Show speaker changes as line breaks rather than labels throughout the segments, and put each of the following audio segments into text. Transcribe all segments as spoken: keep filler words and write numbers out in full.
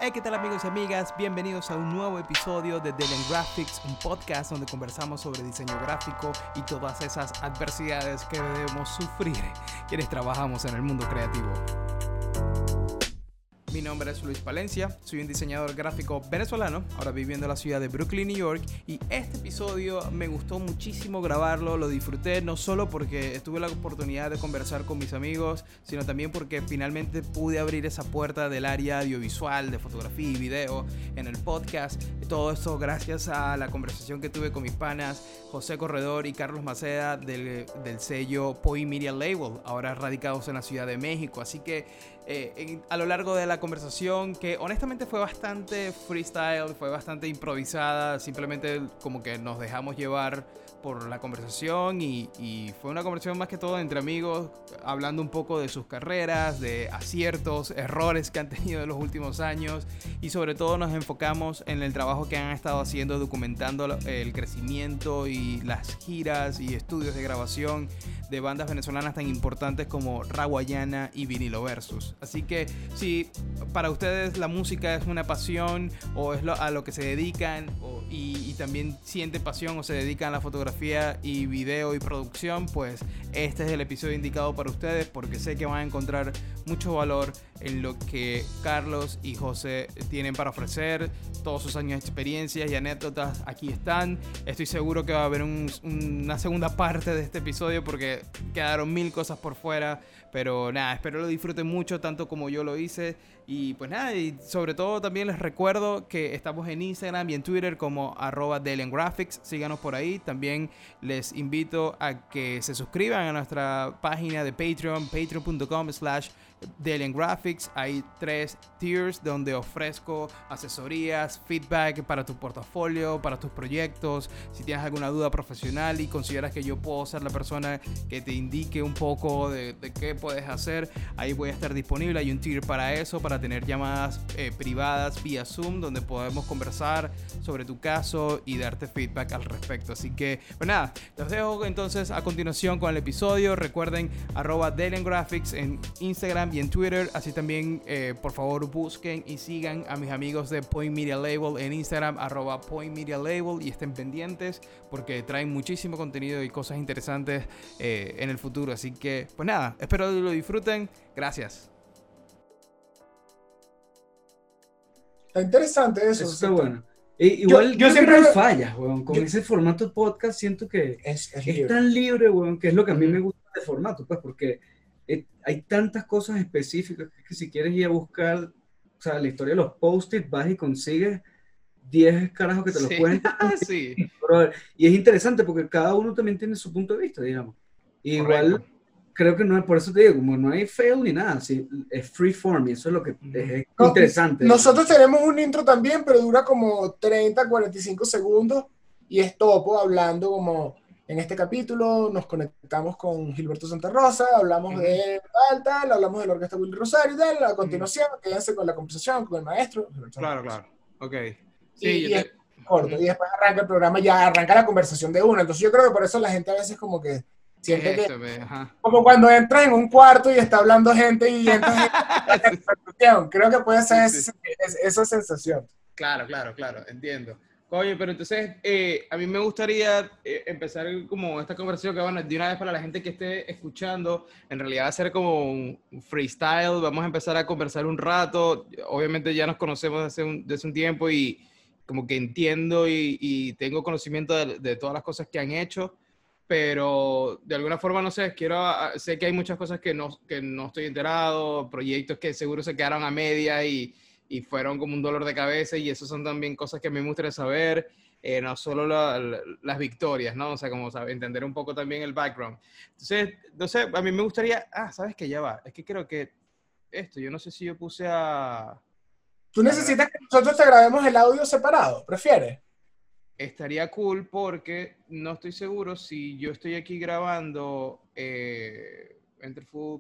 Hey, ¿qué tal amigos y amigas? Bienvenidos a un nuevo episodio de Delen Graphics, un podcast donde conversamos sobre diseño gráfico y todas esas adversidades que debemos sufrir quienes trabajamos en el mundo creativo. Mi nombre es Luis Palencia, soy un diseñador gráfico venezolano, ahora viviendo en la ciudad de Brooklyn, New York, y este episodio me gustó muchísimo grabarlo, lo disfruté no solo porque tuve la oportunidad de conversar con mis amigos, sino también porque finalmente pude abrir esa puerta del área audiovisual, de fotografía y video en el podcast. Todo esto gracias a la conversación que tuve con mis panas José Corredor y Carlos Maceda del, del sello Point Media Label, ahora radicados en la Ciudad de México. Así que eh, en, a lo largo de la conversación, que honestamente fue bastante freestyle, fue bastante improvisada, simplemente como que nos dejamos llevar por la conversación y, y fue una conversación más que todo entre amigos, hablando un poco de sus carreras, de aciertos, errores que han tenido en los últimos años, y sobre todo nos enfocamos en el trabajo que han estado haciendo documentando el crecimiento y las giras y estudios de grabación de bandas venezolanas tan importantes como Rawayana y Vinilo Versus. Así que si para ustedes la música es una pasión o es lo, a lo que se dedican o, y, y también sienten pasión o se dedican a la fotografía y video y producción, pues este es el episodio indicado para ustedes, porque sé que van a encontrar mucho valor en lo que Carlos y José tienen para ofrecer. Todos sus años de experiencias y anécdotas aquí están. Estoy seguro que va a haber un, una segunda parte de este episodio porque quedaron mil cosas por fuera, pero nada, espero lo disfruten mucho tanto como yo lo hice. Y pues nada, y sobre todo también les recuerdo que estamos en Instagram y en Twitter como arroba Delen Graphics. Síganos por ahí. También les invito a que se suscriban a nuestra página de Patreon, patreon punto com slash Delen Graphics. Hay tres tiers donde ofrezco asesorías, feedback para tu portafolio, para tus proyectos. Si tienes alguna duda profesional y consideras que yo puedo ser la persona que te indique un poco de, de qué puedes hacer, ahí voy a estar disponible. Hay un tier para eso, para tener llamadas eh, privadas vía Zoom donde podemos conversar sobre tu caso y darte feedback al respecto. Así que, pues nada, los dejo entonces a continuación con el episodio. Recuerden arroba Delen Graphics en Instagram y en Twitter. Así también, eh, por favor, busquen y sigan a mis amigos de Point Media Label en Instagram, arroba Point Media Label, y estén pendientes porque traen muchísimo contenido y cosas interesantes eh, en el futuro. Así que, pues nada, espero que lo disfruten. Gracias.
Está interesante eso.
Eso está bueno. E, igual
yo, yo
siempre hay
me...
fallas, weón. Con yo... ese formato de podcast siento que es, es, es tan libre, weón, que es lo que a mí mm. me gusta de formato, pues, porque eh, hay tantas cosas específicas que si quieres ir a buscar, o sea, la historia de los post-it, vas y consigues diez carajos que te sí. los cuentan.
sí.
Y es interesante porque cada uno también tiene su punto de vista, digamos. Y igual creo que no es, por eso te digo, como no hay fail ni nada, sí, es free form y eso es lo que es
no,
interesante.
Nosotros tenemos un intro también, pero dura como treinta, cuarenta y cinco segundos y es Topo hablando como en este capítulo. Nos conectamos con Gilberto Santa Rosa, hablamos uh-huh. de tal, tal, hablamos de la orquesta Willy Rosario y tal. A continuación, uh-huh. quédense con la conversación con el maestro.
Claro, claro, ok.
Sí, y, y, es corto, uh-huh. y después arranca el programa, ya arranca la conversación de una. Entonces yo creo que por eso la gente a veces como que siente que, como cuando entras en un cuarto y está hablando gente y entras en la creo que puede ser sí, sí. Esa, esa sensación.
Claro, claro, claro, entiendo. Oye, pero entonces eh, a mí me gustaría eh, empezar como esta conversación que bueno, de una vez para la gente que esté escuchando, en realidad va a ser como un freestyle, vamos a empezar a conversar un rato, obviamente ya nos conocemos desde un, desde un tiempo y como que entiendo y, y tengo conocimiento de, de todas las cosas que han hecho, pero de alguna forma, no sé, quiero, sé que hay muchas cosas que no, que no estoy enterado, proyectos que seguro se quedaron a media y, y fueron como un dolor de cabeza, y eso son también cosas que a mí me gustaría saber, eh, no solo la, la, las victorias, ¿no? O sea, como sabe, entender un poco también el background. Entonces, no sé, a mí me gustaría, ah, ¿sabes qué? Ya va, es que creo que esto, yo no sé si yo puse a...
¿Tú necesitas que nosotros te grabemos el audio separado? ¿Prefieres?
Estaría cool porque no estoy seguro si yo estoy aquí grabando eh, Enter Full,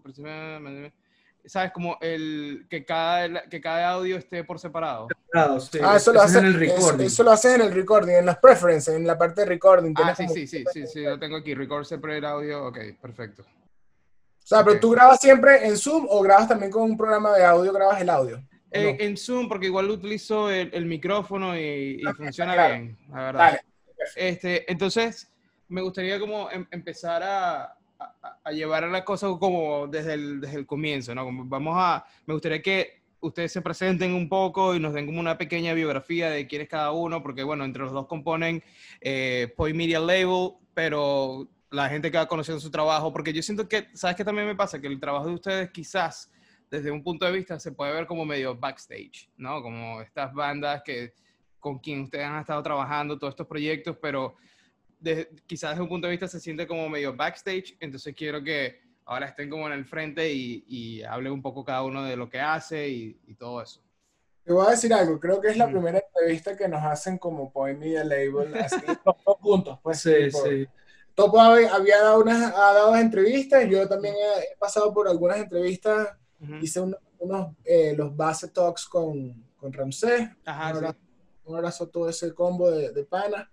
¿sabes? Como el que cada, que cada audio esté por separado.
Ah, sí. ah eso, lo haces en el recording. Eso, eso lo haces en el recording, en las preferences, en la parte de recording.
Ah, sí, sí, sí, sí, sí, lo tengo aquí. Record separate audio, ok, perfecto.
O sea, okay. Pero tú grabas siempre en Zoom o grabas también con un programa de audio, grabas el audio.
En,
no?
en Zoom, porque igual utilizo el, el micrófono y, y
Ok,
funciona
claro.
bien, la verdad.
Dale.
Este, entonces, me gustaría como em, empezar a, a, a llevar la cosa como desde el, desde el comienzo, ¿no? Como vamos a, me gustaría que ustedes se presenten un poco y nos den como una pequeña biografía de quién es cada uno, porque bueno, entre los dos componen eh, Point Media Label, pero la gente que va conociendo su trabajo, porque yo siento que, ¿sabes qué también me pasa? Que el trabajo de ustedes quizás desde un punto de vista se puede ver como medio backstage, ¿no? Como estas bandas que con quien ustedes han estado trabajando todos estos proyectos, pero de, quizás desde un punto de vista se siente como medio backstage, entonces quiero que ahora estén como en el frente y, y hablen un poco cada uno de lo que hace y, y todo eso.
Te voy a decir algo, creo que es la
Mm.
primera entrevista que nos hacen como Point Media Label, así, los dos juntos, pues,
Sí,
tipo,
sí.
Topo había había dado unas, ha dado entrevistas, yo también he, he pasado por algunas entrevistas,
Uh-huh.
hice un- unos, eh, los Base Talks con, con Ramsés,
Ajá,
un abrazo,
sí.
un abrazo a todo ese combo de, de panas,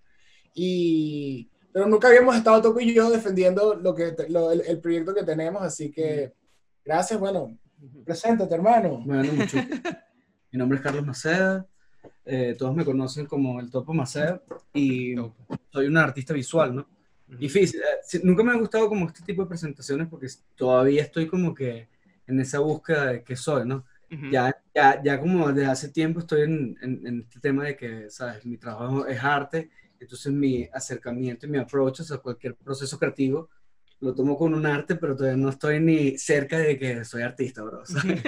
y, pero nunca habíamos estado Topo y yo defendiendo lo que, lo, el, el proyecto que tenemos, así que gracias, bueno, preséntate hermano.
Bueno, mucho. Mi nombre es Carlos Maceda, eh, todos me conocen como el Topo Maceda y soy un artista visual, ¿no? Y fíjate, eh, nunca me ha gustado como este tipo de presentaciones porque todavía estoy como que en esa búsqueda de qué soy, ¿no?
Uh-huh.
Ya, ya, ya como desde hace tiempo estoy en, en, en este tema de que, ¿sabes? Mi trabajo es arte, entonces mi acercamiento y mi approach a cualquier proceso creativo lo tomo con un arte, pero todavía no estoy ni cerca de que soy artista, bro, ¿sabes?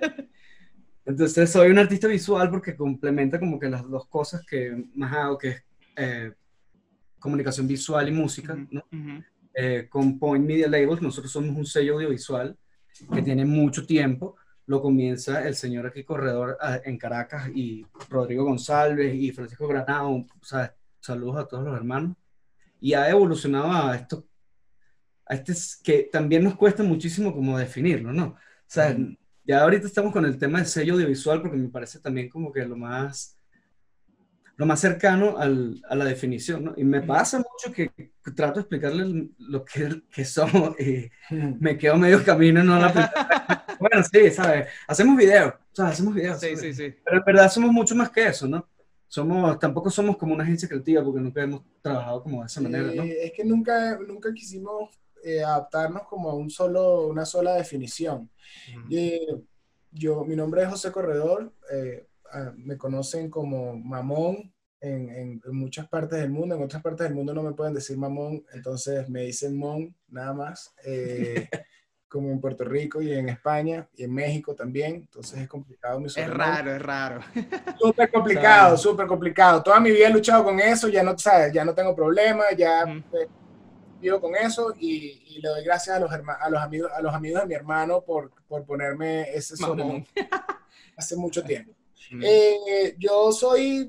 Entonces soy un artista visual porque complementa como que las dos cosas que más hago, que es eh, comunicación visual y música,
Uh-huh.
¿no?
Uh-huh.
Eh, con Point Media Labels, nosotros somos un sello audiovisual que tiene mucho tiempo. Lo comienza el señor aquí corredor a, en Caracas y Rodrigo González y Francisco Granado, o sea, saludos a todos los hermanos. Y ha evolucionado a esto, a este que también nos cuesta muchísimo como definirlo, ¿no? O sea, mm. ya ahorita estamos con el tema del sello audiovisual porque me parece también como que lo más lo más cercano al, a la definición, ¿no? Y me pasa mucho que, que trato de explicarle lo que, que somos y me quedo medio camino, no la primera. Bueno, sí, ¿sabes? Hacemos videos, o sea, hacemos videos.
Sí, sí, sí.
Pero en verdad somos mucho más que eso, ¿no? Somos, tampoco somos como una agencia creativa porque nunca hemos trabajado como de esa manera, ¿no?
Eh, es que nunca, nunca quisimos eh, adaptarnos como a un solo, una sola definición.
Uh-huh.
Eh, yo, mi nombre es José Corredor, eh, ah, me conocen como Mamón en, en, en muchas partes del mundo, en otras partes del mundo no me pueden decir Mamón, entonces me dicen Mon, nada más, eh, como en Puerto Rico y en España y en México también, entonces es complicado mi sobrenombre.
Es raro, es raro.
Súper complicado, súper complicado. Toda mi vida he luchado con eso, ya no, ¿sabes? Ya no tengo problema, ya uh-huh. eh, vivo con eso y, y le doy gracias a los, a los, amigos, a los amigos de mi hermano por, por ponerme ese sobrenombre hace mucho tiempo. Uh-huh. eh, yo soy,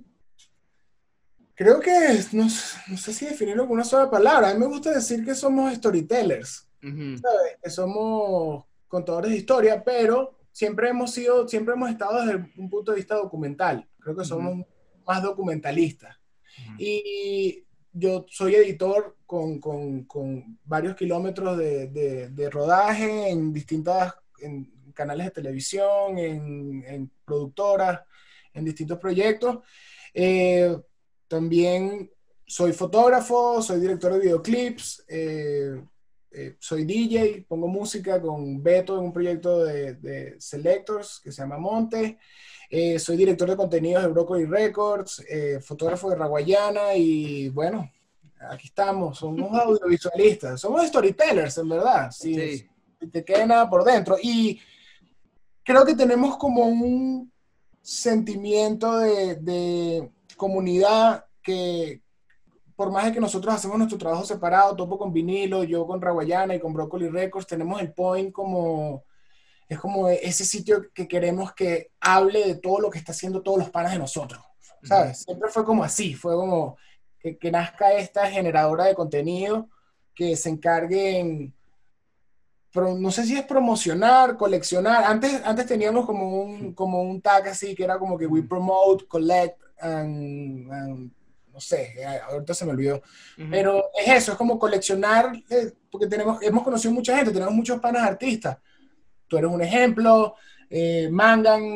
creo que, no, no sé si definirlo con una sola palabra, a mí me gusta decir que somos storytellers, uh-huh. ¿sabes? Que somos contadores de historia, pero siempre hemos sido, siempre hemos estado desde un punto de vista documental. Creo que somos uh-huh. más documentalistas. Uh-huh. Y yo soy editor con, con, con varios kilómetros de, de, de rodaje en distintas en canales de televisión, en, en productoras, en distintos proyectos. Eh, también soy fotógrafo, soy director de videoclips, eh, Eh, soy D J, pongo música con Beto en un proyecto de, de Selectors que se llama Monte. Eh, soy director de contenidos de Broccoli Records, eh, fotógrafo de Raguayana y bueno, aquí estamos, somos audiovisualistas, somos storytellers en verdad, si, sí. si te queda nada por dentro. Y creo que tenemos como un sentimiento de, de comunidad que por más de que nosotros hacemos nuestro trabajo separado, Topo con vinilo, yo con Raguayana y con Broccoli Records, tenemos el Point como, es como ese sitio que queremos que hable de todo lo que está haciendo todos los panas de nosotros, ¿sabes? Uh-huh. Siempre fue como así, fue como que, que nazca esta generadora de contenido que se encargue en, pero no sé si es promocionar, coleccionar, antes, antes teníamos como un, como un tag así, que era como que we promote, collect, and, and no sé, ahorita se me olvidó, uh-huh. pero es eso, es como coleccionar, eh, porque tenemos, hemos conocido mucha gente, tenemos muchos panas artistas, tú eres un ejemplo, eh, Mangan,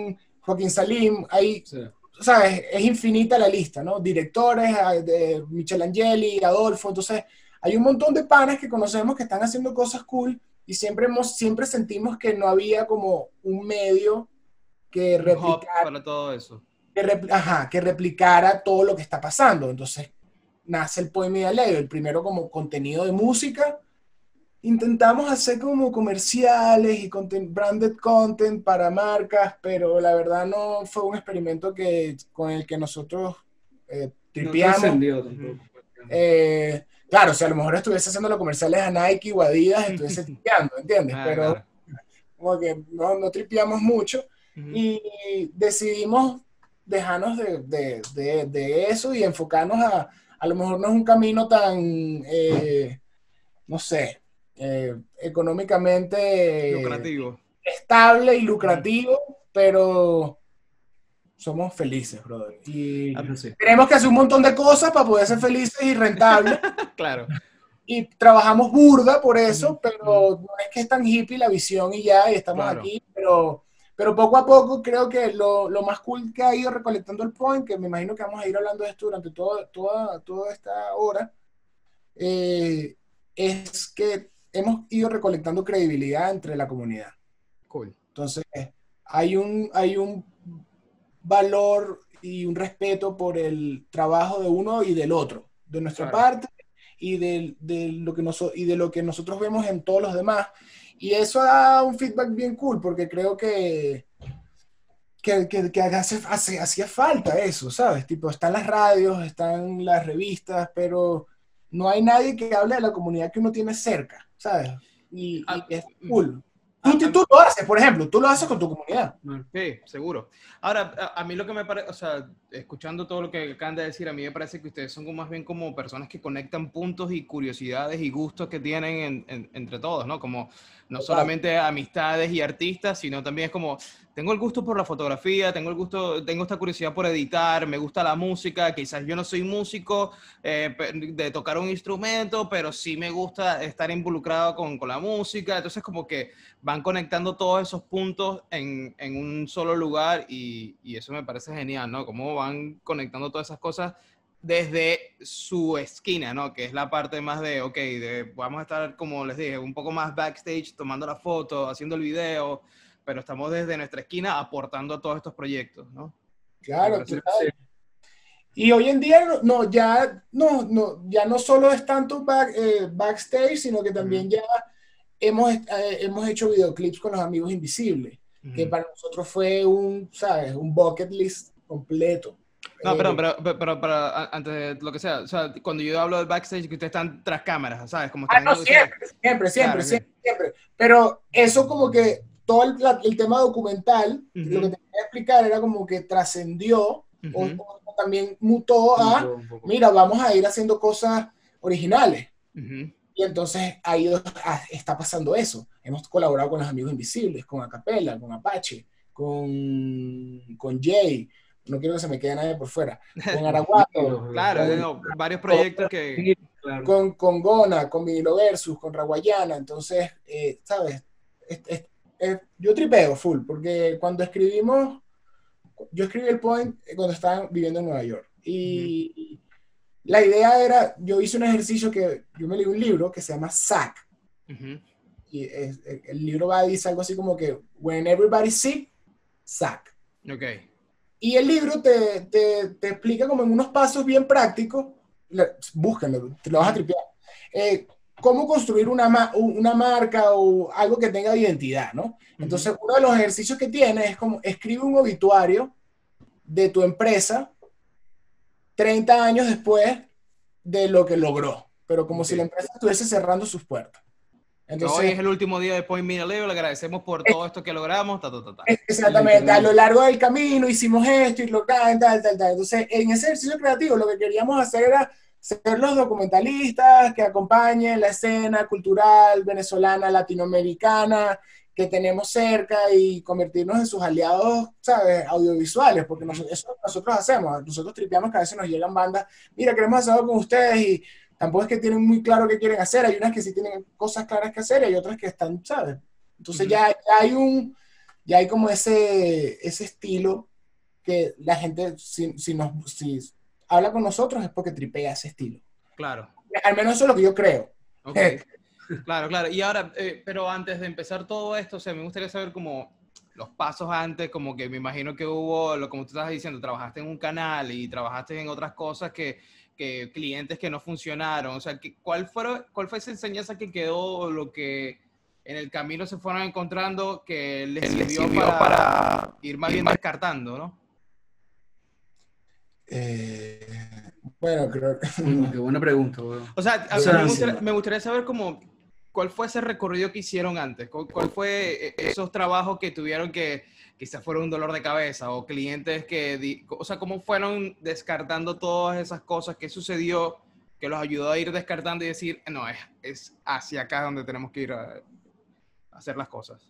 Joaquín Salim, hay,
Sí.
¿sabes? Es infinita la lista, ¿no? Directores, de Michelangeli, Adolfo, entonces hay un montón de panas que conocemos que están haciendo cosas cool y siempre, hemos, siempre sentimos que no había como un medio que replicara,
para todo eso.
que, repl ajá, que replicara todo lo que está pasando. Entonces nace el Point Media Lab, el primero como contenido de música. Intentamos hacer como comerciales y content, branded content para marcas, pero la verdad no fue un experimento que, con el que nosotros eh, tripeamos.
No trascendió tampoco.
Eh, claro, si a lo mejor estuviese haciendo los comerciales a Nike o Adidas, estuviese tripeando, ¿entiendes?
Ah,
pero
claro.
como que no, no tripeamos mucho. Uh-huh. Y decidimos dejarnos de, de, de, de eso y enfocarnos a, a lo mejor no es un camino tan, eh, no sé, eh, económicamente
lucrativo,
estable y lucrativo, uh-huh. pero somos felices, brother. Y ah, sí. tenemos que hacer un montón de cosas para poder ser felices y rentables.
Claro.
Y trabajamos burda por eso, uh-huh. pero uh-huh. no es que es tan hippie la visión y ya, y estamos claro. aquí, pero, pero poco a poco creo que lo, lo más cool que ha ido recolectando el Point, que me imagino que vamos a ir hablando de esto durante todo, toda, toda esta hora, eh, es que hemos ido recolectando credibilidad entre la comunidad.
Cool.
Entonces, hay un, hay un valor y un respeto por el trabajo de uno y del otro, de nuestra claro. parte, y de, de lo que nos, y de lo que nosotros vemos en todos los demás. Y eso da un feedback bien cool, porque creo que, que, que, que hace, hace, hacía falta eso, ¿sabes? Tipo, están las radios, están las revistas, pero no hay nadie que hable de la comunidad que uno tiene cerca, ¿sabes? Y,
ah,
y es cool. Tú, tú, tú lo haces, por ejemplo, tú lo haces con tu comunidad.
Sí, seguro. Ahora, a, a mí lo que me parece, o sea, escuchando todo lo que acaban de decir, a mí me parece que ustedes son como, más bien como personas que conectan puntos y curiosidades y gustos que tienen en, en, entre todos, ¿no? Como no solamente amistades y artistas, sino también es como, tengo el gusto por la fotografía, tengo el gusto, tengo esta curiosidad por editar, me gusta la música, quizás yo no soy músico eh, de tocar un instrumento, pero sí me gusta estar involucrado con, con la música, entonces como que van conectando todos esos puntos en, en un solo lugar y, y eso me parece genial, ¿no? Cómo van conectando todas esas cosas desde su esquina, ¿no? Que es la parte más de, ok, de, vamos a estar, como les dije, un poco más backstage, tomando la foto, haciendo el video, pero estamos desde nuestra esquina aportando a todos estos proyectos, ¿no?
Claro, claro. Y hoy en día no, ya, no, no, ya no solo es tanto back, eh, backstage, sino que también uh-huh. ya hemos, eh, hemos hecho videoclips con los Amigos Invisibles, uh-huh. que para nosotros fue un, ¿sabes? Un bucket list completo.
No, perdón, pero, pero, pero, pero antes de lo que sea, o sea, cuando yo hablo del backstage, que ustedes están tras cámaras, ¿sabes? Como
ah, no, siempre, siempre, siempre, claro, siempre, siempre. Pero eso como que todo el, el tema documental, uh-huh. lo que te quería explicar era como que trascendió uh-huh. o, o también mutó a, mira, vamos a ir haciendo cosas originales. Uh-huh. Y entonces ahí está pasando eso. Hemos colaborado con los Amigos Invisibles, con Acapella, con Apache, con, con Jay. No quiero que se me quede nadie por fuera. Con Araguato.
Claro, con, no, varios proyectos con, que...
Con, con Gona, con Vinilo Versus, con Raguayana. Entonces, eh, ¿sabes? Es, es, es, yo tripeo full, porque cuando escribimos, yo escribí el Point cuando estaba viviendo en Nueva York. Y uh-huh. la idea era, yo hice un ejercicio que, yo me leí un libro que se llama Sack. Uh-huh. Y es, el libro va a decir algo así como que, when everybody's sick, Sack.
Okay.
Y el libro te, te, te explica como en unos pasos bien prácticos, búsquenlo, te lo vas a tripear, eh, cómo construir una, una marca o algo que tenga identidad, ¿no? Entonces, uh-huh. uno de los ejercicios que tiene es como, escribe un obituario de tu empresa treinta años después de lo que logró, pero como okay. si la empresa estuviese cerrando sus puertas.
Entonces, hoy es el último día de Point Media Lab, le agradecemos por todo esto que logramos. Ta, ta, ta, ta.
Exactamente, a lo largo del camino hicimos esto y lo tal, tal, tal, tal. Entonces, en ese ejercicio creativo lo que queríamos hacer era ser los documentalistas que acompañen la escena cultural venezolana, latinoamericana, que tenemos cerca y convertirnos en sus aliados, ¿sabes? Audiovisuales, porque nosotros, eso nosotros hacemos. Nosotros tripeamos que a veces nos llegan bandas, mira, queremos hacer algo con ustedes y tampoco es que tienen muy claro qué quieren hacer, hay unas que sí tienen cosas claras que hacer y hay otras que están, ¿sabes? Entonces uh-huh. ya, ya hay un, ya hay como ese, ese estilo que la gente, si, si, nos, si habla con nosotros es porque tripea ese estilo.
Claro.
Al menos eso es lo que yo creo.
Ok. Claro, claro. Y ahora, eh, pero antes de empezar todo esto, o sea, me gustaría saber como los pasos antes, como que me imagino que hubo, lo como tú estabas diciendo, trabajaste en un canal y trabajaste en otras cosas que, que clientes que no funcionaron. O sea, que, ¿cuál, fue, ¿cuál fue esa enseñanza que quedó, lo que en el camino se fueron encontrando que les sirvió, sirvió para, para ir más bien descartando, ¿no?
Eh, bueno, creo que...
Uy, qué buena pregunta, bro.
O sea, a, o sea me, gustaría, me gustaría saber cómo... ¿Cuál fue ese recorrido que hicieron antes? ¿Cuál, cuál fue esos trabajos que tuvieron que quizás fueron un dolor de cabeza o clientes que, o sea, cómo fueron descartando todas esas cosas? ¿Qué sucedió que los ayudó a ir descartando y decir, no, es, es hacia acá donde tenemos que ir a, a hacer las cosas?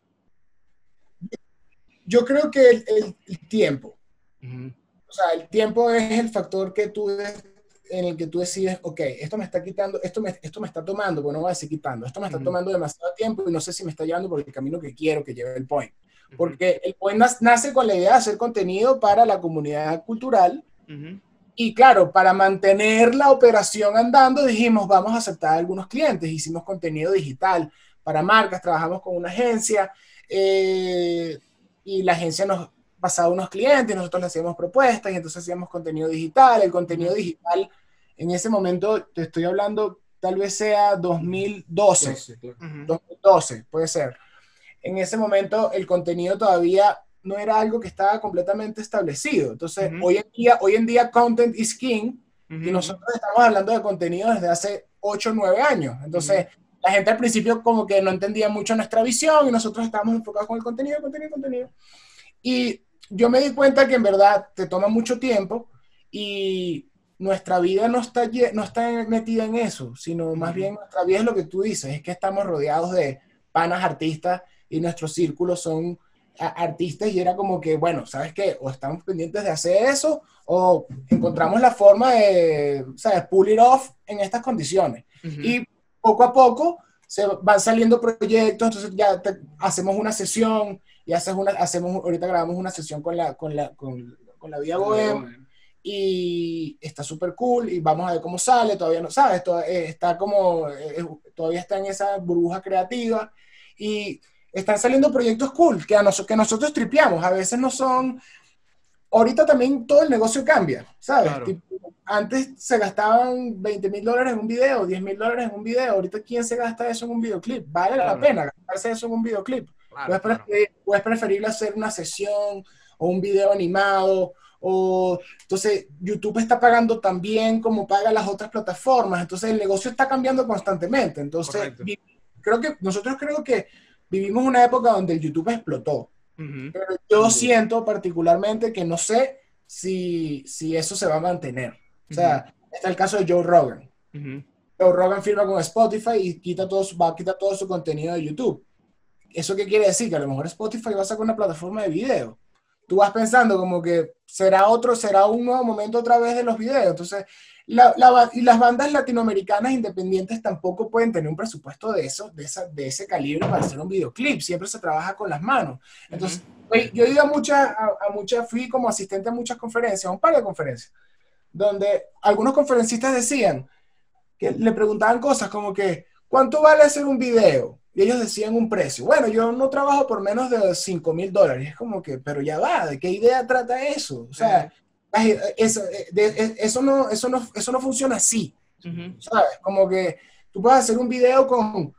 Yo creo que el, el, el tiempo.
Uh-huh.
O sea, el tiempo es el factor que tú en el que tú decides, ok, esto me está quitando, esto me, esto me está tomando, porque no voy a decir quitando, esto me está uh-huh. tomando demasiado tiempo y no sé si me está llevando por el camino que quiero que lleve el Point. Uh-huh. Porque el Point nace con la idea de hacer contenido para la comunidad cultural uh-huh. y claro, para mantener la operación andando dijimos, vamos a aceptar a algunos clientes, hicimos contenido digital para marcas, trabajamos con una agencia eh, y la agencia nos pasaba unos clientes, nosotros le hacíamos propuestas y entonces hacíamos contenido digital. El contenido digital en ese momento, te estoy hablando, tal vez sea dos mil doce,
doce, claro.
dos mil doce, puede ser. En ese momento el contenido todavía no era algo que estaba completamente establecido. Entonces, uh-huh. hoy, en día, hoy en día content is king uh-huh. y nosotros estamos hablando de contenido desde hace ocho o nueve años. Entonces, uh-huh. la gente al principio como que no entendía mucho nuestra visión y nosotros estábamos enfocados con el contenido, contenido, contenido. Y yo me di cuenta que en verdad te toma mucho tiempo y nuestra vida no está, no está metida en eso, sino más bien nuestra vida es lo que tú dices, es que estamos rodeados de panas artistas y nuestros círculos son artistas y era como que, bueno, ¿sabes qué? O estamos pendientes de hacer eso o encontramos la forma de, ¿sabes? Pull it off en estas condiciones. Uh-huh. Y poco a poco se van saliendo proyectos, entonces ya te, hacemos una sesión y haces una, hacemos, ahorita grabamos una sesión con la, con la, con, con la Vida Bohem y está súper cool y vamos a ver cómo sale, todavía no sabes, todavía está como, eh, todavía está en esa burbuja creativa y están saliendo proyectos cool que, a nos, que nosotros tripeamos, a veces no son, ahorita también todo el negocio cambia, ¿sabes? Claro. Tipo, antes se gastaban veinte mil dólares en un video, diez mil dólares en un video, ahorita ¿quién se gasta eso en un videoclip? Vale claro. la pena gastarse eso en un videoclip. Claro, o, es preferir, claro. o es preferible hacer una sesión o un video animado o entonces YouTube está pagando tan bien como paga las otras plataformas, entonces el negocio está cambiando constantemente, entonces vi, creo que nosotros creo que vivimos una época donde el YouTube explotó, uh-huh. pero yo uh-huh. siento particularmente que no sé si, si eso se va a mantener, o sea, uh-huh. está el caso de Joe Rogan, uh-huh. Joe Rogan firma con Spotify y quita todo, su, va a quitar todo su contenido de YouTube. ¿Eso qué quiere decir? Que a lo mejor Spotify va a sacar una plataforma de video. Tú vas pensando como que será otro, será un nuevo momento otra vez de los videos. Entonces, la, la, y las bandas latinoamericanas independientes tampoco pueden tener un presupuesto de eso, de, esa, de ese calibre para hacer un videoclip. Siempre se trabaja con las manos. Entonces, uh-huh. yo he ido a muchas, a, a muchas, fui como asistente a muchas conferencias, a un par de conferencias, donde algunos conferencistas decían, que le preguntaban cosas como que, ¿cuánto vale hacer un video? Y ellos decían un precio. Bueno, yo no trabajo por menos de cinco mil dólares. Es como que, pero ya va, ¿de qué idea trata eso? O sea, uh-huh. eso, de, eso, no, eso, no, eso no funciona así. Uh-huh. ¿Sabes? Como que tú puedes hacer un video con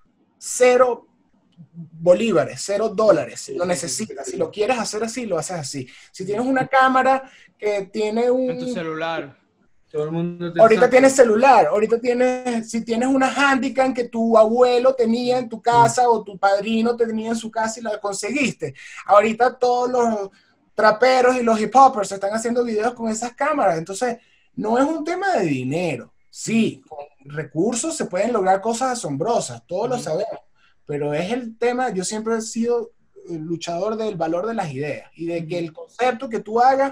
cero bolívares, cero dólares. Si lo necesitas. Si lo quieres hacer así, lo haces así. Si tienes una cámara que tiene un...
En tu celular.
Todo el mundo
ahorita saca. Tienes celular, ahorita tienes, si tienes una Handycam que tu abuelo tenía en tu casa mm. o tu padrino tenía en su casa y la conseguiste. Ahorita todos los traperos y los hip hoppers están haciendo videos con esas cámaras. Entonces, no es un tema de dinero. Sí, con recursos se pueden lograr cosas asombrosas, todos mm. lo sabemos. Pero es el tema, yo siempre he sido luchador del valor de las ideas y de que el concepto que tú hagas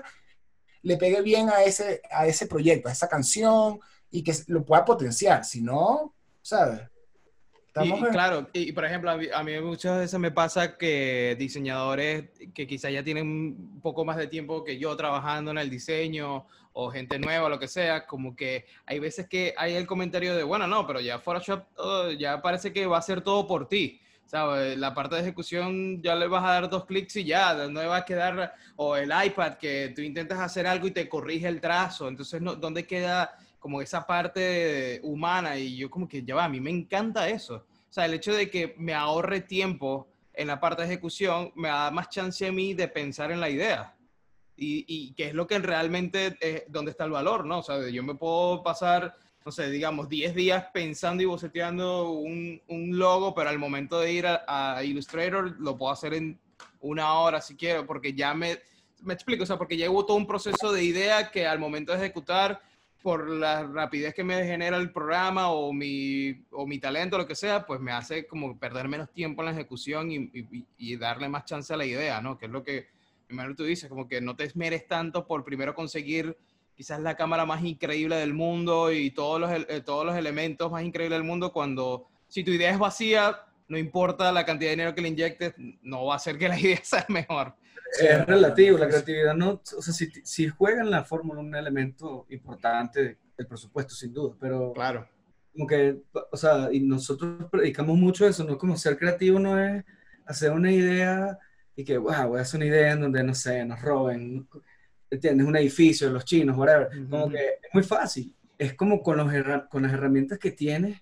le pegue bien a ese, a ese proyecto, a esa canción, y que lo pueda potenciar. Si no, ¿sabes?
Y, y claro, y por ejemplo, a mí, a mí muchas veces me pasa que diseñadores que quizás ya tienen un poco más de tiempo que yo trabajando en el diseño o gente nueva, lo que sea, como que hay veces que hay el comentario de, bueno, no, pero ya Photoshop oh, ya parece que va a hacer todo por ti. ¿Sabes? La parte de ejecución ya le vas a dar dos clics y ya, no le va a quedar, o el iPad que tú intentas hacer algo y te corrige el trazo, entonces, no, ¿dónde queda como esa parte humana? Y yo como que ya va, a mí me encanta eso. O sea, el hecho de que me ahorre tiempo en la parte de ejecución me da más chance a mí de pensar en la idea. Y, y que es lo que realmente es donde está el valor, ¿no? O sea, yo me puedo pasar, no sé, digamos, diez días pensando y boceteando un, un logo, pero al momento de ir a, a Illustrator lo puedo hacer en una hora si quiero, porque ya me, me explico, o sea, porque ya hubo todo un proceso de idea que al momento de ejecutar, por la rapidez que me genera el programa o mi, o mi talento, lo que sea, pues me hace como perder menos tiempo en la ejecución y, y, y darle más chance a la idea, ¿no? Que es lo que, primero tú dices, como que no te esmeres tanto por primero conseguir quizás la cámara más increíble del mundo y todos los, eh, todos los elementos más increíbles del mundo, cuando si tu idea es vacía, no importa la cantidad de dinero que le inyectes, no va a hacer que la idea sea mejor.
Es relativo, la creatividad no, o sea, si, si juega en la fórmula un elemento importante, el presupuesto sin duda, pero
claro,
como que, o sea, y nosotros predicamos mucho eso, ¿no? Como ser creativo no es hacer una idea y que, wow, voy a hacer una idea en donde, no sé, nos roben, ¿entiendes? Un edificio, los chinos, whatever,
uh-huh.
Como que es muy fácil, es como con, los con las herramientas que tienes,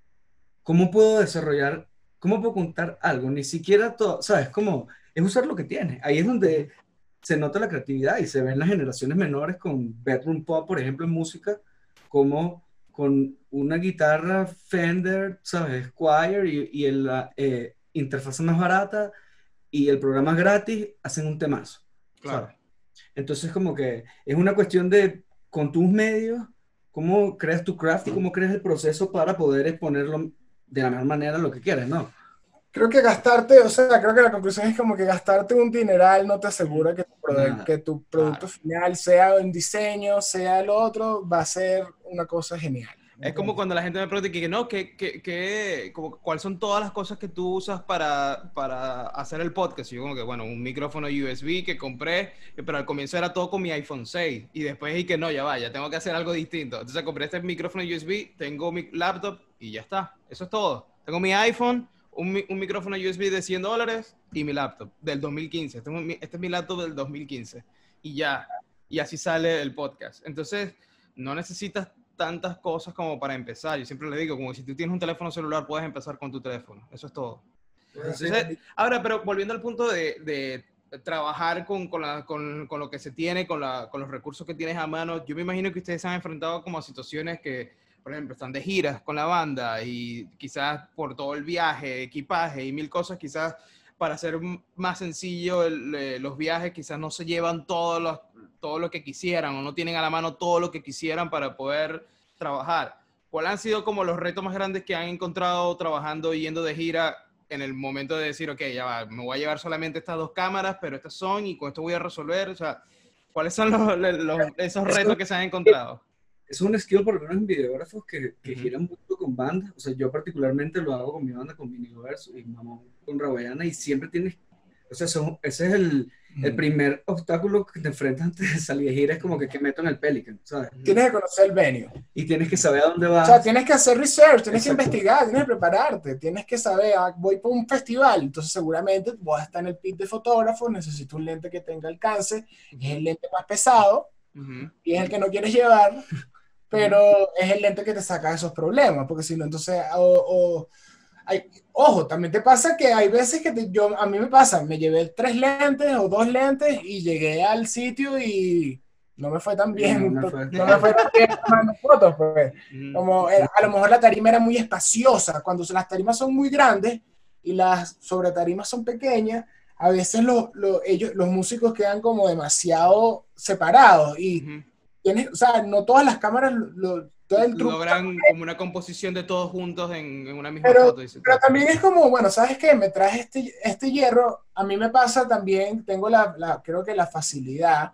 ¿cómo puedo desarrollar, cómo puedo contar algo? Ni siquiera todo, ¿sabes? Como es usar lo que tienes. Ahí es donde se nota la creatividad y se ven las generaciones menores con bedroom pop, por ejemplo, en música, como con una guitarra Fender, ¿sabes? Squier y, y el, la eh, interfaz más barata y el programa gratis hacen un temazo.
Claro.
¿Sabes? Entonces, como que es una cuestión de, con tus medios, cómo creas tu craft y cómo creas el proceso para poder exponerlo de la mejor manera lo que quieres, ¿no?
Creo que gastarte, o sea, creo que la conclusión es como que gastarte un dineral no te asegura que tu, produ que tu producto
claro.
final, sea en diseño, sea el otro, va a ser una cosa genial.
Es como cuando la gente me pregunta que no, que, que, que, como, ¿cuáles son todas las cosas que tú usas para, para hacer el podcast? Y yo como que, bueno, un micrófono U S B que compré, pero al comienzo era todo con mi iPhone seis. Y después dije que no, ya va, ya tengo que hacer algo distinto. Entonces compré este micrófono U S B, tengo mi laptop y ya está. Eso es todo. Tengo mi iPhone, un, un micrófono U S B de cien dólares y mi laptop del dos mil quince. Este es, mi, este es mi laptop del dos mil quince. Y ya, y así sale el podcast. Entonces, no necesitas tantas cosas como para empezar. Yo siempre le digo, como si tú tienes un teléfono celular, puedes empezar con tu teléfono. Eso es todo. Entonces, ahora, pero volviendo al punto de, de trabajar con, con, la, con, con lo que se tiene, con, la, con los recursos que tienes a mano, yo me imagino que ustedes se han enfrentado como a situaciones que, por ejemplo, están de giras con la banda y quizás por todo el viaje, equipaje y mil cosas, quizás para hacer más sencillo el, los viajes, quizás no se llevan todos los, todo lo que quisieran o no tienen a la mano todo lo que quisieran para poder trabajar. ¿Cuáles han sido como los retos más grandes que han encontrado trabajando y yendo de gira en el momento de decir, ok, ya va, me voy a llevar solamente estas dos cámaras, pero estas son y con esto voy a resolver? O sea, ¿cuáles son los, los, esos retos que se han encontrado?
Es un skill, por lo menos en videógrafos, que, que uh-huh. giran mucho con bandas. O sea, yo particularmente lo hago con mi banda, con Miniverso y Mamón con Rawayana, y siempre tienes, o sea, son, ese es el, el primer obstáculo que te enfrentas antes de salir de gira, es como que, que meto en el Pelican, ¿sabes?
Tienes que conocer el venue.
Y tienes que saber a dónde vas.
O sea, tienes que hacer research, tienes Exacto. que investigar, tienes que prepararte, tienes que saber, ah, voy por un festival, entonces seguramente voy a estar en el pit de fotógrafo, necesito un lente que tenga alcance, es el lente más pesado, uh-huh. y es el que no quieres llevar, pero uh-huh. es el lente que te saca de esos problemas, porque si no, entonces, o, o hay, ojo, también te pasa que hay veces que te, yo, a mí me pasa, me llevé tres lentes o dos lentes y llegué al sitio y no me fue tan bien, no, no, fue. no me fue tan bien tomando fotos, pues. Como era, a lo mejor la tarima era muy espaciosa, cuando las tarimas son muy grandes y las sobretarimas son pequeñas, a veces lo, lo, ellos, los músicos quedan como demasiado separados y uh-huh. tienes, o sea, no todas las cámaras lo, todo el truco
logran como una composición de todos juntos en, en una misma
pero,
foto. Dice,
pero también es como, bueno, ¿sabes qué? Me traje este, este hierro, a mí me pasa también, tengo la, la creo que la facilidad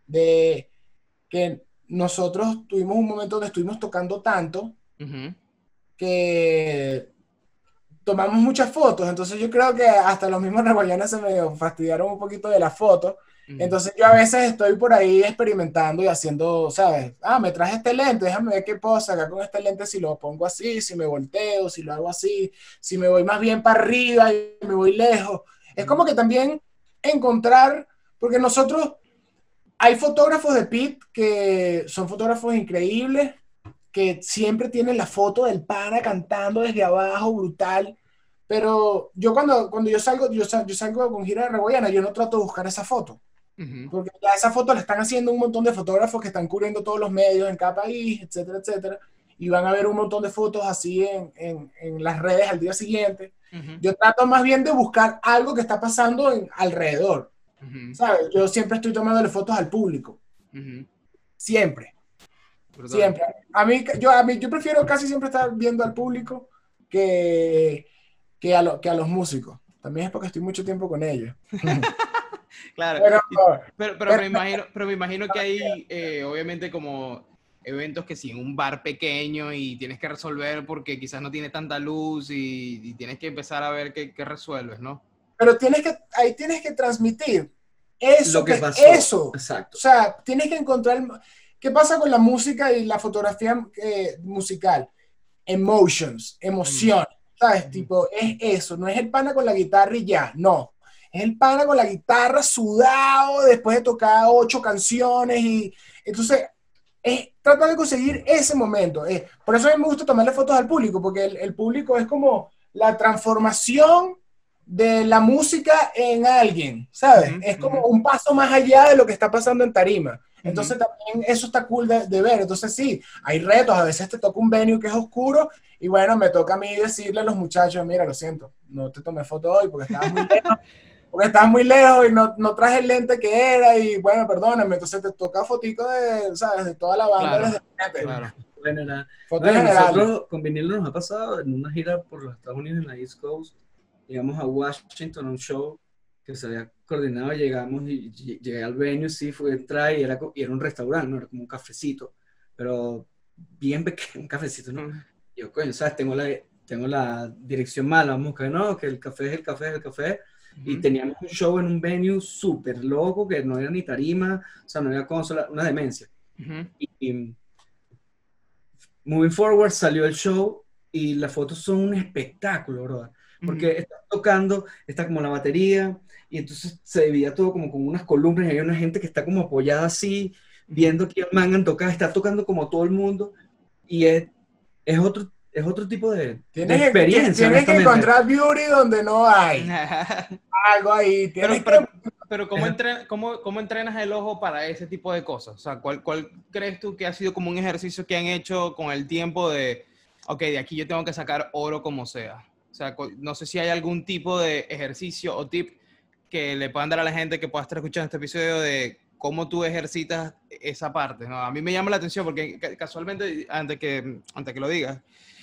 de que nosotros tuvimos un momento donde estuvimos tocando tanto uh-huh. que tomamos muchas fotos, entonces yo creo que hasta los mismos raguayanas se me fastidiaron un poquito de las fotos. Entonces yo a veces estoy por ahí experimentando y haciendo, ¿sabes? Ah, me traje este lente, déjame ver qué puedo sacar con este lente, si lo pongo así, si me volteo, si lo hago así, si me voy más bien para arriba y me voy lejos. Es como que también encontrar, porque nosotros, hay fotógrafos de pit que son fotógrafos increíbles, que siempre tienen la foto del pana cantando desde abajo, brutal. Pero yo cuando, cuando yo salgo, yo, yo salgo con gira de Reguayana, yo no trato de buscar esa foto. Uh-huh. Porque ya esa foto la están haciendo un montón de fotógrafos que están cubriendo todos los medios en cada país, etcétera, etcétera. Y van a ver un montón de fotos así en, en, en las redes al día siguiente. Uh-huh. Yo trato más bien de buscar algo que está pasando en, alrededor. Uh-huh. ¿Sabes? Yo siempre estoy tomándole fotos al público. Uh-huh. Siempre. Brutal. Siempre. A mí, yo, a mí, yo prefiero casi siempre estar viendo al público que, que, a, lo, que a los músicos. También es porque estoy mucho tiempo con ellos.
Claro, pero, pero, pero, pero, me imagino, pero me imagino que hay, eh, obviamente, como eventos que sí, en un bar pequeño y tienes que resolver porque quizás no tiene tanta luz y, y tienes que empezar a ver qué, qué resuelves, ¿no?
Pero tienes que, ahí tienes que transmitir eso,
lo que,
que
pasó.
Eso.
Exacto.
O sea, tienes que encontrar... ¿Qué pasa con la música y la fotografía eh, musical? Emotions, emoción, mm. ¿sabes? Mm. Tipo, es eso, no es el pana con la guitarra y ya, no. Es el pana con la guitarra sudado después de tocar ocho canciones y entonces es tratar de conseguir ese momento. Es, por eso a mí me gusta tomarle fotos al público, porque el, el público es como la transformación de la música en alguien, ¿sabes? Uh-huh, es como uh-huh. un paso más allá de lo que está pasando en tarima. Entonces uh-huh. también eso está cool de, de ver. Entonces sí, hay retos, a veces te toca un venue que es oscuro y bueno, me toca a mí decirle a los muchachos, mira, lo siento, no te tomé foto hoy porque estabas muy lejos, porque estabas muy lejos y no, no traje el lente que era y bueno, perdóname, entonces te toca fotico de, ¿sabes? De toda la banda.
Claro,
desde
claro.
Bueno, era,
foto
bueno,
general.
Nosotros con vinilo nos ha pasado en una gira por los Estados Unidos en la East Coast, llegamos a Washington a un show que se había coordinado, llegamos y llegué al venue, sí, fui a entrar y era, y era un restaurante, ¿no? Era como un cafecito, pero bien pequeño, un cafecito, ¿no? Uh-huh. Yo, coño, ¿sabes? Tengo la, tengo la dirección mala, vamos a no, que el café es el café es el café, uh-huh. y teníamos un show en un venue súper loco, que no era ni tarima, o sea, no era consola, una demencia. Uh-huh. Y, y moving forward salió el show y las fotos son un espectáculo, bro. Porque uh-huh. está tocando, está como la batería, y entonces se dividía todo como con unas columnas, y hay una gente que está como apoyada así, viendo que Mangan toca, está tocando como todo el mundo, y es, es, otro, es otro tipo de,
tienes
de experiencia.
Que, tienes que encontrar beauty donde no hay. Algo ahí.
Pero,
que...
pero, pero ¿cómo, entre, cómo, ¿cómo entrenas el ojo para ese tipo de cosas? O sea, ¿cuál, ¿cuál crees tú que ha sido como un ejercicio que han hecho con el tiempo de, ok, de aquí yo tengo que sacar oro como sea? O sea, no sé si hay algún tipo de ejercicio o tip que le puedan dar a la gente que pueda estar escuchando este episodio de cómo tú ejercitas esa parte, ¿no? A mí me llama la atención porque casualmente, antes que, antes que lo digas,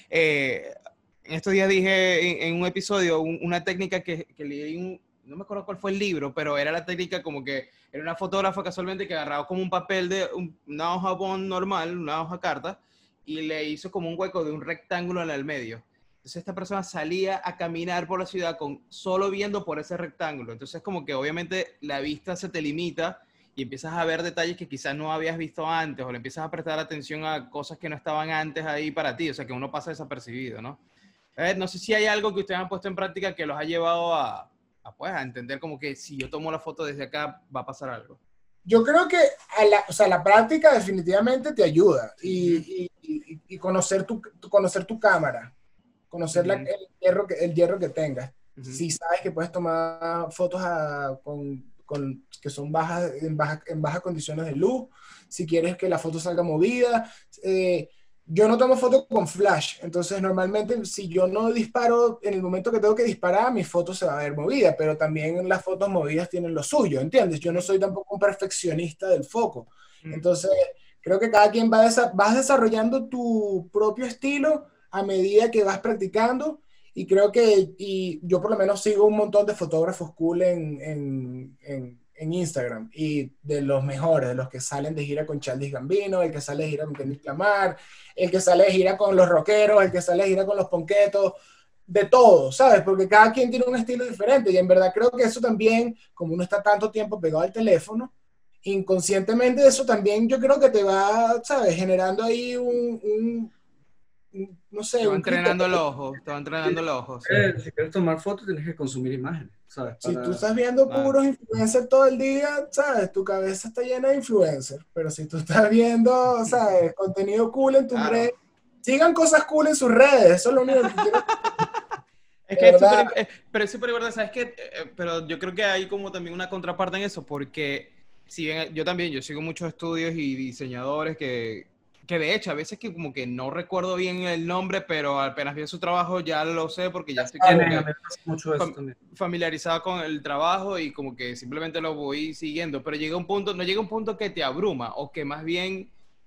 eh, en estos días dije en, en un episodio un, una técnica que, que leí, un, no me acuerdo cuál fue el libro, pero era la técnica como que era una fotógrafa casualmente que agarraba como un papel de un, una hoja bond normal, una hoja carta, y le hizo como un hueco de un rectángulo en el medio. Entonces esta persona salía a caminar por la ciudad con solo viendo por ese rectángulo. Entonces como que obviamente la vista se te limita y empiezas a ver detalles que quizás no habías visto antes o le empiezas a prestar atención a cosas que no estaban antes ahí para ti. O sea que uno pasa desapercibido, ¿no? A ver, no sé si hay algo que ustedes han puesto en práctica que los ha llevado a, a, pues, a entender como que si yo tomo la foto desde acá va a pasar algo.
Yo creo que a la, o sea, la práctica definitivamente te ayuda y, uh-huh. y, y, y conocer, tu, conocer tu cámara. Conocer uh-huh. la, el, hierro que, el hierro que tengas. Uh-huh. Si sabes que puedes tomar fotos a, con, con, que son bajas, en, baja, en bajas condiciones de luz, si quieres que la foto salga movida. Eh, yo no tomo fotos con flash, entonces normalmente si yo no disparo en el momento que tengo que disparar, mi foto se va a ver movida, pero también las fotos movidas tienen lo suyo, ¿entiendes? Yo no soy tampoco un perfeccionista del foco. Uh-huh. Entonces creo que cada quien va desa- vas desarrollando tu propio estilo a medida que vas practicando, y creo que y yo por lo menos sigo un montón de fotógrafos cool en, en, en, en Instagram, y de los mejores, de los que salen de gira con Childish Gambino, el que sale de gira con Kendrick Lamar, el que sale de gira con los rockeros, el que sale de gira con los ponquetos, de todo, ¿sabes? Porque cada quien tiene un estilo diferente y en verdad creo que eso también, como uno está tanto tiempo pegado al teléfono, inconscientemente eso también yo creo que te va, ¿sabes? Generando ahí un, un, un no sé,
Te va
un
entrenando el
criterio.
ojo, te va entrenando el ojo, sí.
Eh, si quieres tomar fotos, tienes que consumir imágenes, ¿sabes?
Si tú
Para...
estás viendo
Claro.
puros influencers todo el día, ¿sabes? Tu cabeza está llena de influencers, pero si tú estás viendo, ¿sabes? Contenido cool en tus
Claro.
redes, sigan cosas cool en sus redes, eso es lo único que quiero.
Es
De
que es
verdad.
súper, eh, pero es súper importante, ¿sabes qué? Eh, eh, pero yo creo que hay como también una contraparte en eso, porque si bien yo también, yo sigo muchos estudios y diseñadores que, que de hecho a veces que como que no recuerdo bien el nombre, pero apenas vi su trabajo ya lo sé porque ya estoy como
Tiene, a mí
que
me pasa mucho eso
fam-
también.
familiarizado con el trabajo y como que simplemente lo voy siguiendo, pero llega un punto, no llega un punto que te abruma o que más bien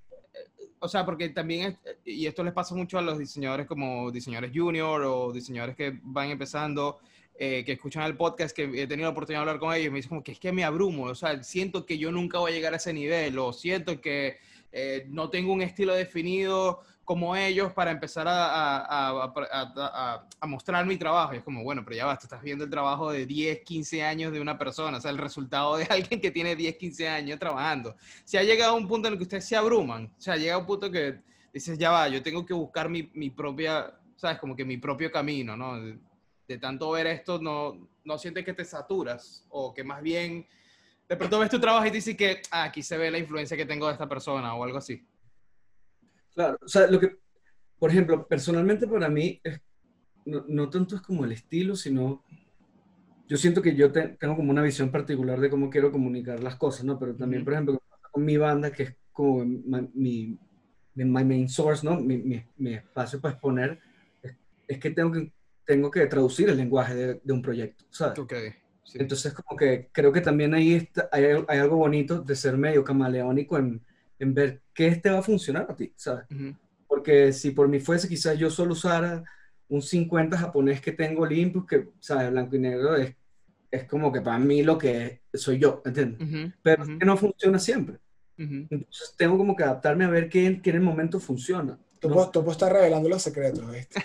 o sea, porque también, es, y esto les pasa mucho a los diseñadores como diseñadores junior o diseñadores que van empezando, eh, que escuchan el podcast, que he tenido la oportunidad de hablar con ellos, me dicen como que es que me abrumo, o sea, siento que yo nunca voy a llegar a ese nivel, o siento que eh, no tengo un estilo definido como ellos para empezar a, a, a, a, a, a mostrar mi trabajo. Y es como, bueno, pero ya vas, tú estás viendo el trabajo de diez, quince años de una persona, o sea, el resultado de alguien que tiene diez, quince años trabajando. Si ha llegado a un punto en el que ustedes se abruman, o sea, llega a un punto que dices, ya va, yo tengo que buscar mi, mi propia, sabes, como que mi propio camino, ¿no? De, de tanto ver esto, no, no sientes que te saturas o que más bien de pronto ves tu trabajo y te dices que ah, aquí se ve la influencia que tengo de esta persona o algo así.
Claro, o sea, lo que, por ejemplo, personalmente para mí, es, no, no tanto es como el estilo, sino yo siento que yo te- tengo como una visión particular de cómo quiero comunicar las cosas, ¿no? Pero también,
Uh-huh.
por ejemplo, con mi banda, que es como mi, mi, mi my main source, ¿no? Mi, mi, mi espacio para exponer, es, es que tengo que tengo que traducir el lenguaje de, de un proyecto, ¿sabes?
Ok, sí.
Entonces, como que creo que también ahí está, hay, hay algo bonito de ser medio camaleónico en, en ver qué este va a funcionar a ti, ¿sabes?
Uh-huh.
Porque si por mí fuese, quizás yo solo usara un cincuenta japonés que tengo limpio, que, ¿sabes? Blanco y negro es, es como que para mí lo que soy yo, ¿entiendes?
Uh-huh.
Pero es
Uh-huh.
que no funciona siempre.
Uh-huh.
Entonces tengo como que adaptarme a ver qué, qué en el momento funciona,
Topo,
¿no?
Topo está revelando los secretos, ¿viste?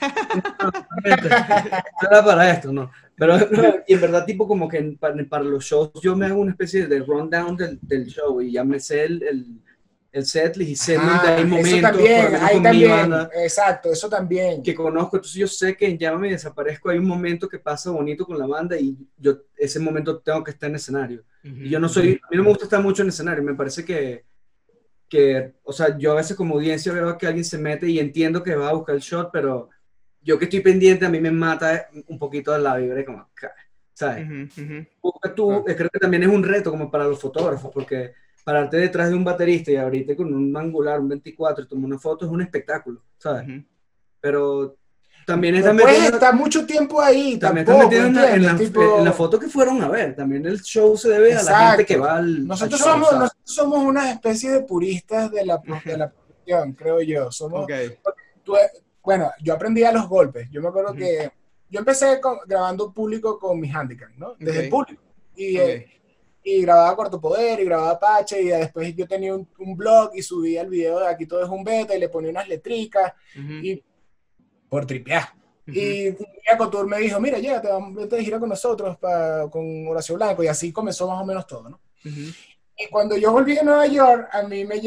No era para esto, ¿no? Pero no, y en verdad, tipo, como que para, para los shows, yo me hago una especie de rundown del, del show y ya me sé el, el, el setlist y sé dónde hay
Ajá, eso
momentos, por lo
también,
menos
ahí
con mi
también,
banda,
exacto, eso también.
que conozco. Entonces yo sé que en Llámame y Desaparezco hay un momento que pasa bonito con la banda y yo ese momento tengo que estar en escenario.
Uh-huh.
Y yo no soy, a mí no me gusta estar mucho en escenario, me parece que, que, o sea, yo a veces como audiencia veo que alguien se mete y entiendo que va a buscar el shot, pero yo que estoy pendiente, a mí me mata un poquito la vibra, como, ¿sabes?
Uh-huh.
Busca tú, creo que también es un reto como para los fotógrafos, porque pararte detrás de un baterista y abrirte con un angular, un veinticuatro y tomar una foto es un espectáculo, ¿sabes?
Uh-huh.
Pero también estás
No puedes
metiendo,
estar mucho tiempo ahí,
también estás
tampoco,
metiendo en la, en,
¿entiendes?
la, en la
Tipo,
foto que fueron a ver. También el show se debe a la gente que
exacto.
va al, al
Nosotros
show,
somos,
¿sabes?
nosotros somos una especie de puristas de la, pro- de la producción, creo yo. Somos,
Ok.
tú- bueno, yo aprendí a los golpes. Yo me acuerdo
Uh-huh.
que yo empecé con- grabando público con mis handicap, ¿no? Desde
Ok.
el público. Y,
Ok.
eh, y grababa Cuarto Poder y grababa Apache y después yo tenía un, un blog y subía el video de Aquí Todo es un Beta y le ponía unas letricas
Uh-huh.
y por tripear.
Uh-huh.
Y un día Couture me dijo, mira, llévate, vete de gira con nosotros pa, con Horacio Blanco y así comenzó más o menos todo, ¿no?
Uh-huh.
Y cuando yo volví a Nueva York, a mí me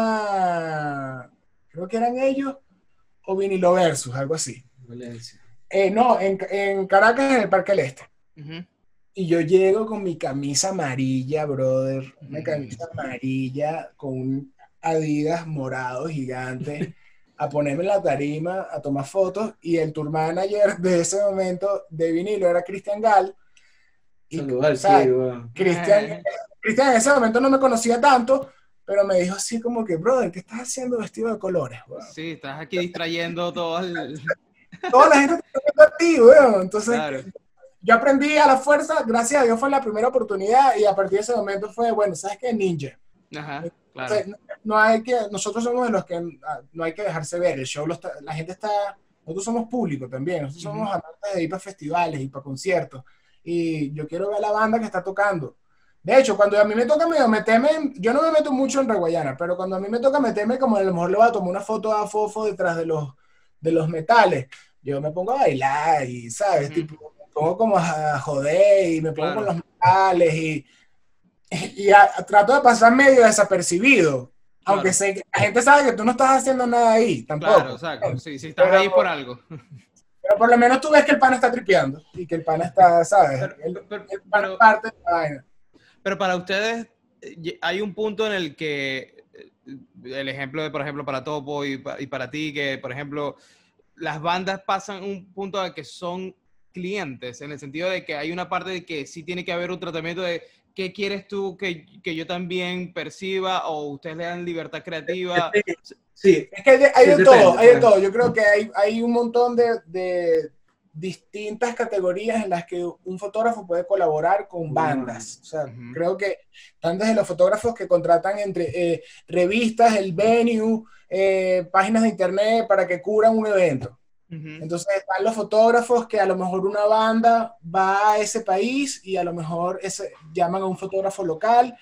llama, creo que eran ellos, o Vinilo Versus, algo así.
Valencia.
Eh, no, en, en Caracas, en el Parque del Este.
Uh-huh.
Y yo llego con mi camisa amarilla, brother, una
Uh-huh.
camisa amarilla con un Adidas morado gigante, a ponerme en la tarima, a tomar fotos, y el tour manager de ese momento de vinilo era Cristian Gall. Y,
Saludos al
o sea,
Kid, weón.
Cristian, Cristian en ese momento no me conocía tanto, pero me dijo así como que, brother, ¿qué estás haciendo vestido de colores, weón?
Sí, estás aquí distrayendo todo el...
Toda la gente te está viendo a ti, weón. Entonces,
Claro.
yo aprendí a la fuerza, gracias a Dios fue la primera oportunidad, y a partir de ese momento fue, bueno, ¿sabes qué? Ninja.
Ajá,
O
claro.
sea, no, no hay que, nosotros somos de los que no hay que dejarse ver, el show, lo está, la gente está, nosotros somos público también, nosotros
Uh-huh.
somos amantes de ir para festivales y para conciertos, y yo quiero ver a la banda que está tocando. De hecho, cuando a mí me toca medio meterme, yo no me meto mucho en Reguayana, pero cuando a mí me toca meterme, como a lo mejor le voy a tomar una foto a Fofo detrás de los, de los metales, yo me pongo a bailar y, ¿sabes?
Ujú.
Tipo, me pongo como a joder y me pongo
Claro.
con los metales y, y a- trato de pasar medio desapercibido. Aunque
Claro,
sé que la gente sabe que tú no estás haciendo nada ahí,
claro,
tampoco.
exacto. Sí, si estás
Pero,
ahí por algo.
pero por lo menos tú ves que el pana está tripeando y que el pana está, ¿sabes?
Pero,
El,
pero,
el pana es
pero,
parte de la vaina.
pero para ustedes eh, hay un punto en el que eh, el ejemplo de, por ejemplo, para Topo y, pa- y para ti, que, por ejemplo, las bandas pasan un punto a que son clientes, en el sentido de que hay una parte de que sí tiene que haber un tratamiento de qué quieres tú que, que yo también perciba, o ustedes le dan libertad creativa.
Depende.
Sí,
Sí,
es que hay de, hay
sí,
de todo,
depende,
hay de
pues.
todo. Yo creo que hay, hay un montón de, de distintas categorías en las que un fotógrafo puede colaborar con
Con una banda.
bandas. O sea,
Ujú,
creo que están desde los fotógrafos que contratan entre eh, revistas, el venue, eh, páginas de internet para que cubran un evento.
ujú,
Entonces están los fotógrafos que a lo mejor una banda va a ese país y a lo mejor ese, llaman a un fotógrafo local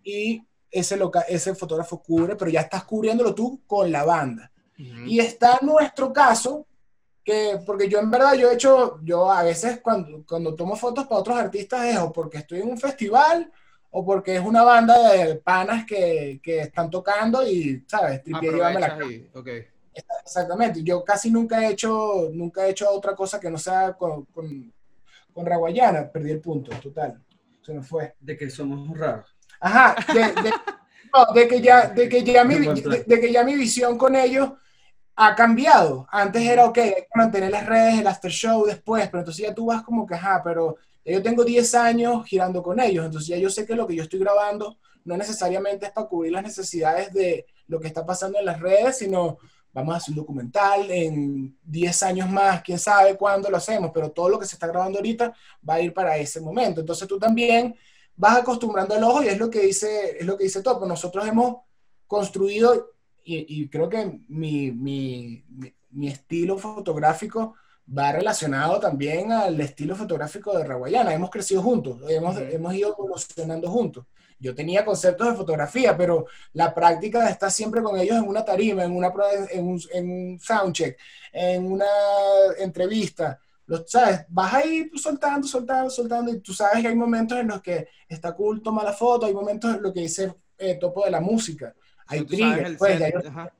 y ese, loca, ese fotógrafo cubre, pero ya estás cubriéndolo tú con la banda.
ujú.
Y está nuestro caso, que porque yo en verdad yo he hecho, yo a veces cuando, cuando tomo fotos para otros artistas es o porque estoy en un festival o porque es una banda de panas que, que están tocando y, ¿sabes? Tripié, llévame la
Aprovechas
cara.
y, ok.
Exactamente, yo casi nunca he hecho, nunca he hecho otra cosa que no sea con, con, con Raguayana, perdí el punto, total, se me fue.
De que somos raros.
Ajá, de, de, no, de que ya, de que ya mi,
En buen
de,
plan.
de que ya mi visión con ellos ha cambiado. Antes
Ujú.
era, ok, hay que mantener las redes, el after show después, pero entonces ya tú vas como que, ajá, pero ya yo tengo diez años girando con ellos, entonces ya yo sé que lo que yo estoy grabando no necesariamente es para cubrir las necesidades de lo que está pasando en las redes, sino vamos a hacer un documental en diez años más, quién sabe cuándo lo hacemos, pero todo lo que se está grabando ahorita va a ir para ese momento. Entonces tú también vas acostumbrando el ojo y es lo que dice, es lo que dice Topo. Nosotros hemos construido y, y creo que mi, mi, mi, mi estilo fotográfico va relacionado también al estilo fotográfico de Raguayana. Hemos crecido juntos, hemos,
Ujú.
hemos ido evolucionando juntos. Yo tenía conceptos de fotografía, pero la práctica de estar siempre con ellos en una tarima, en, una, en, un, en un soundcheck, en una entrevista, lo, ¿sabes? Vas ahí soltando, soltando, soltando, y tú sabes que hay momentos en los que está cool tomar la foto, hay momentos en los que dice eh, Topo de la música,
O sea,
hay
tú sabes
triggers,
el
pues ya yo,
set, ajá.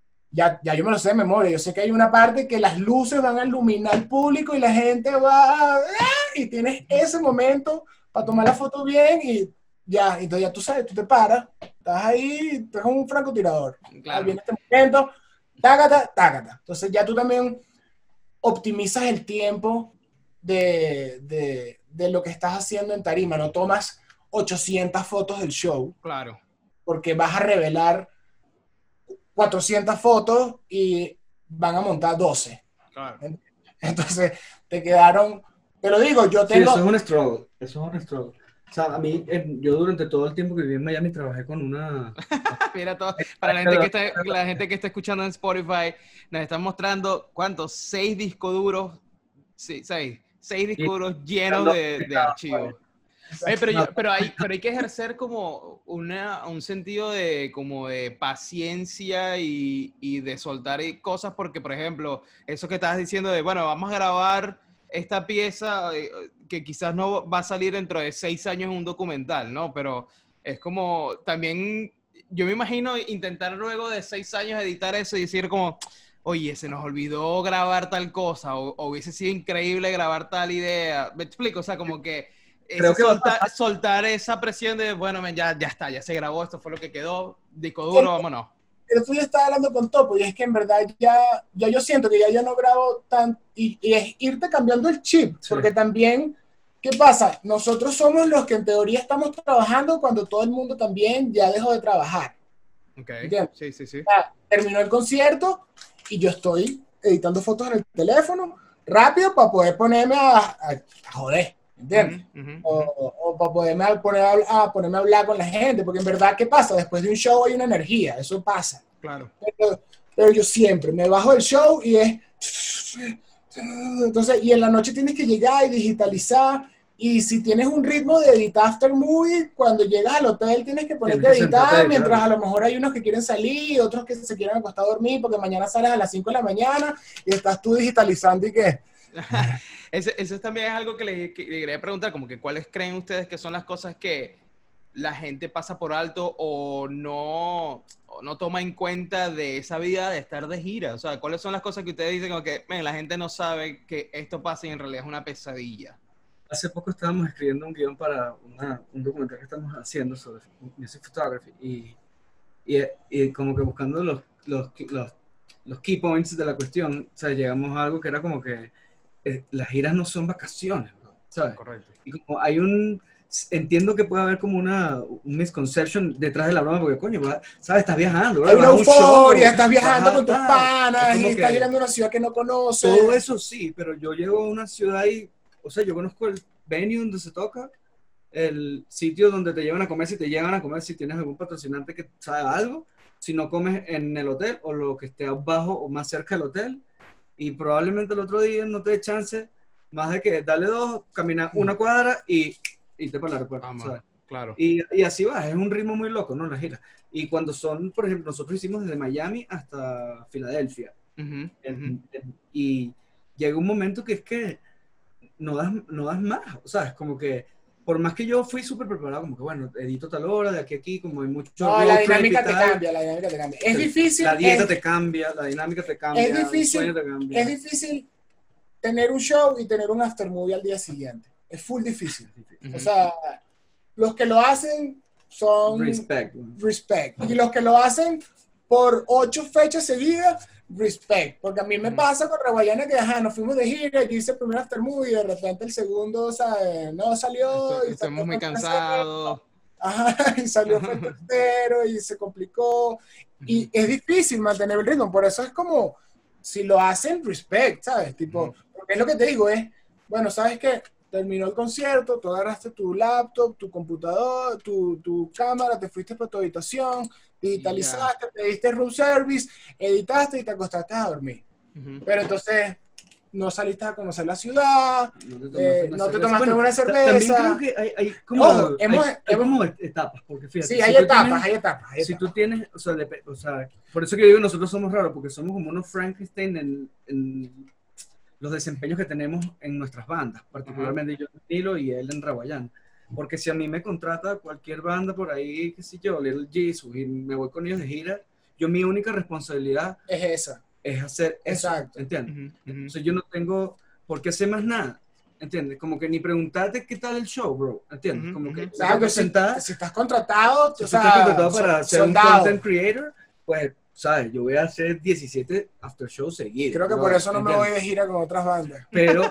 ya, ya yo me lo sé de memoria, yo sé que hay una parte que las luces van a iluminar al público y la gente va a, y tienes ese momento para tomar la foto bien y ya, entonces ya tú sabes, tú te paras, estás ahí, tú eres un francotirador, ah,
Claro.
viene este momento, tácata, tácata, entonces ya tú también optimizas el tiempo de, de, de lo que estás haciendo en tarima, no tomas ochocientas fotos del show,
Claro,
porque vas a revelar cuatrocientas fotos y van a montar doce.
claro.
Entonces, te quedaron, te lo digo, yo
Sí, eso es
tengo,
un struggle. Eso es un struggle. O sea, a mí, eh, yo durante todo el tiempo que viví en Miami trabajé con una...
Mira todo. Para la gente que está, la gente que está escuchando en Spotify, nos están mostrando cuántos, seis discos duros, sí, seis, seis
Y
discos duros llenos de, de archivos. Oye, pero, yo-
no,
pero, hay, pero hay que ejercer como una, un sentido de, como de paciencia y, y de soltar y cosas, porque, por ejemplo, eso que estabas diciendo de, bueno, vamos a grabar esta pieza eh, que quizás no va a salir dentro de seis años en un documental, ¿no? Pero es como también, yo me imagino intentar luego de seis años editar eso y decir como, oye, se nos olvidó grabar tal cosa, o, o hubiese sido increíble grabar tal idea. ¿Me explico? O sea, como que ese
creo que va a
soltar,
pasar.
soltar esa presión de, bueno, men, ya, ya está, ya se grabó, esto fue lo que quedó, disco
el,
duro, vámonos.
el otro día estaba hablando con Topo y es que en verdad ya, ya yo siento que ya yo no grabo tan, y, y es irte cambiando el chip,
Sí,
porque también, ¿qué pasa? Nosotros somos los que en teoría estamos trabajando cuando todo el mundo también ya dejó de trabajar,
Ok,
¿entiendes?
sí, sí, sí.
Ya terminó el concierto y yo estoy editando fotos en el teléfono rápido para poder ponerme a, a, a joder, ¿entiendes?
Uh -huh, uh -huh,
O,
uh -huh.
o, para poderme a, poner a, a ponerme a hablar con la gente, porque en verdad, ¿qué pasa? Después de un show hay una energía, eso pasa.
Claro.
Pero, pero yo siempre me bajo del show y es... Entonces, y en la noche tienes que llegar y digitalizar Y si tienes un ritmo de edit after movie, cuando llegas al hotel tienes que ponerte a editar, mientras a lo mejor hay unos que quieren salir, otros que se quieren acostar a dormir, porque mañana sales a las cinco de la mañana y estás tú digitalizando y qué.
Eso, eso también es algo que le, que le quería preguntar, como que cuáles creen ustedes que son las cosas que la gente pasa por alto o no, o no toma en cuenta de esa vida de estar de gira. O sea, ¿cuáles son las cosas que ustedes dicen como que men, la gente no sabe que esto pasa y en realidad es una pesadilla?
Hace poco estábamos escribiendo un guión para una, un documental que estamos haciendo sobre music photography y, y, y como que buscando los, los, los, los key points de la cuestión, o sea, llegamos a algo que era como que eh, las giras no son vacaciones, ¿sabes?
Correcto.
Y como hay un... Entiendo que puede haber como una un misconception detrás de la broma, porque coño, ¿sabes? Estás viajando,
hay una euforia,
show,
estás viajando con tus
tal.
panas y estás llegando a una ciudad que no conoces.
Todo eso sí, pero yo llego a una ciudad y, o sea, yo conozco el venue donde se toca, el sitio donde te llevan a comer, si te llevan a comer, si tienes algún patrocinante que sabe algo, si no comes en el hotel o lo que esté abajo o más cerca del hotel, y probablemente el otro día no te dé chance más de que darle dos, caminar una cuadra y irte para el aeropuerto,
ah,
¿sabes?
Claro.
Y, y así va, es un ritmo muy loco, ¿no? La gira. Y cuando son, por ejemplo, nosotros hicimos desde Miami hasta Filadelfia.
Uh-huh,
en,
uh-huh.
En, y llega un momento que es que no das, no das más, o sea, es como que por más que yo fui súper preparado, como que bueno, edito tal hora, de aquí a aquí, como hay mucho...
No, la dinámica te cambia, la dinámica te cambia. Es difícil...
La dieta
es,
te cambia, la dinámica te cambia,
es difícil,
el sueño te cambia.
Es difícil tener un show y tener un after movie al día siguiente. Es full difícil. Uh-huh. O sea, los que lo hacen son...
Respect.
Respect. Y los que lo hacen por ocho fechas seguidas... Respect, porque a mí me pasa con Raguayana que ajá, nos fuimos de gira, yo hice el primer after movie y de repente el segundo, o sea, no salió.
Estoy,
y
estamos muy cansados.
Ajá, y salió fue el tercero y se complicó. Y es difícil mantener el ritmo, por eso es como, si lo hacen, respect, ¿sabes? Tipo, porque es lo que te digo, es, bueno, ¿sabes qué? Terminó el concierto, tú agarraste tu laptop, tu computador, tu, tu cámara, te fuiste para tu habitación, digitalizaste, yeah. pediste room service, editaste y te acostaste a dormir. Uh-huh. Pero entonces no saliste a conocer la ciudad, no te tomaste, eh, una, no te tomaste bueno, una cerveza.
También creo que hay, hay como,
Ojo, hemos,
hay,
hay
como etapas, porque fíjate.
Sí, hay, si etapas, tienes, hay etapas, hay
si
etapas.
tú tienes, o sea, de, o sea, por eso que yo digo nosotros somos raros, porque somos como unos Frankenstein en, en los desempeños que tenemos en nuestras bandas, particularmente uh-huh. yo en Nilo y él en Raguayana. Porque si a mí me contrata cualquier banda por ahí, qué sé yo, Little Jesus, y me voy con ellos de gira, yo mi única responsabilidad
es esa.
Es hacer
Exacto.
eso, ¿entiendes? Uh-huh, uh-huh. Entonces yo no tengo por qué hacer más nada, ¿entiendes? Como que ni preguntarte qué tal el show, bro, ¿entiendes? Uh-huh, como que...
Uh-huh. Claro, si, si estás contratado,
si
o sea,
estás contratado para
so,
ser
soldado.
un content creator, pues, ¿sabes? Yo voy a hacer diecisiete after shows seguidos.
Creo que
¿no?
por eso no
¿entiendes?
me voy de gira con otras bandas.
Pero...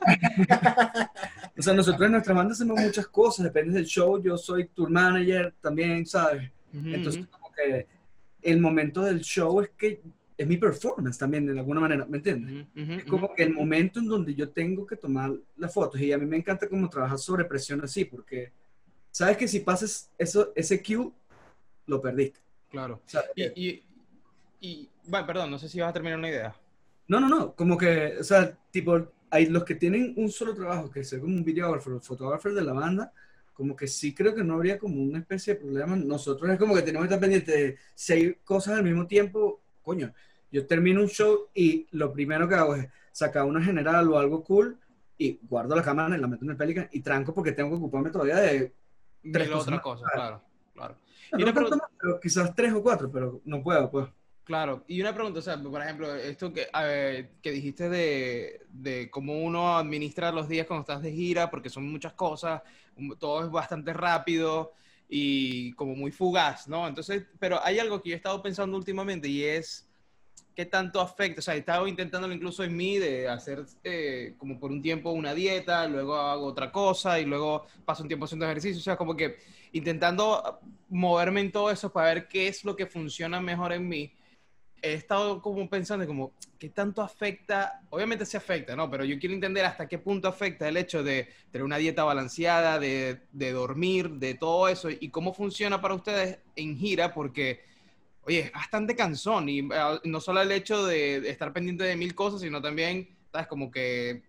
O sea, nosotros en nuestra banda hacemos muchas cosas, depende del show, yo soy tour manager también, ¿sabes? Uh-huh. Entonces, como que el momento del show es que es mi performance también, de alguna manera, ¿me entiendes? Uh-huh. Es como que el momento en donde yo tengo que tomar las fotos, y a mí me encanta como trabajar sobre presión así, porque sabes que si pasas eso, ese cue, lo perdiste.
Claro. O sea, y, y, y, bueno, perdón, no sé si vas a terminar una idea.
No, no, no, como que, o sea, tipo... Hay los que tienen un solo trabajo, que es ser como un videógrafo, el fotógrafo de la banda, como que sí creo que no habría como una especie de problema. Nosotros es como que tenemos que estar pendientes de seis cosas al mismo tiempo. Coño, yo termino un show y lo primero que hago es sacar una general o algo cool y guardo la cámara y la meto en el Pelican y tranco porque tengo que ocuparme todavía de tres cosas
otras cosas, claro, claro.
No, y no pregunta, más, pero quizás tres o cuatro, pero no puedo, pues.
Claro, y una pregunta, o sea, por ejemplo, esto que, eh, que dijiste de, de cómo uno administra los días cuando estás de gira, porque son muchas cosas, todo es bastante rápido y como muy fugaz, ¿no? Entonces, pero hay algo que yo he estado pensando últimamente y es qué tanto afecta, o sea, he estado intentándolo incluso en mí de hacer eh, como por un tiempo una dieta, luego hago otra cosa y luego paso un tiempo haciendo ejercicio, o sea, como que intentando moverme en todo eso para ver qué es lo que funciona mejor en mí. He estado como pensando como, ¿qué tanto afecta? Obviamente se afecta, ¿no? Pero yo quiero entender hasta qué punto afecta el hecho de tener una dieta balanceada, de, de dormir, de todo eso, y cómo funciona para ustedes en gira, porque, oye, es bastante cansón, y uh, no solo el hecho de, de estar pendiente de mil cosas, sino también, ¿sabes? Como que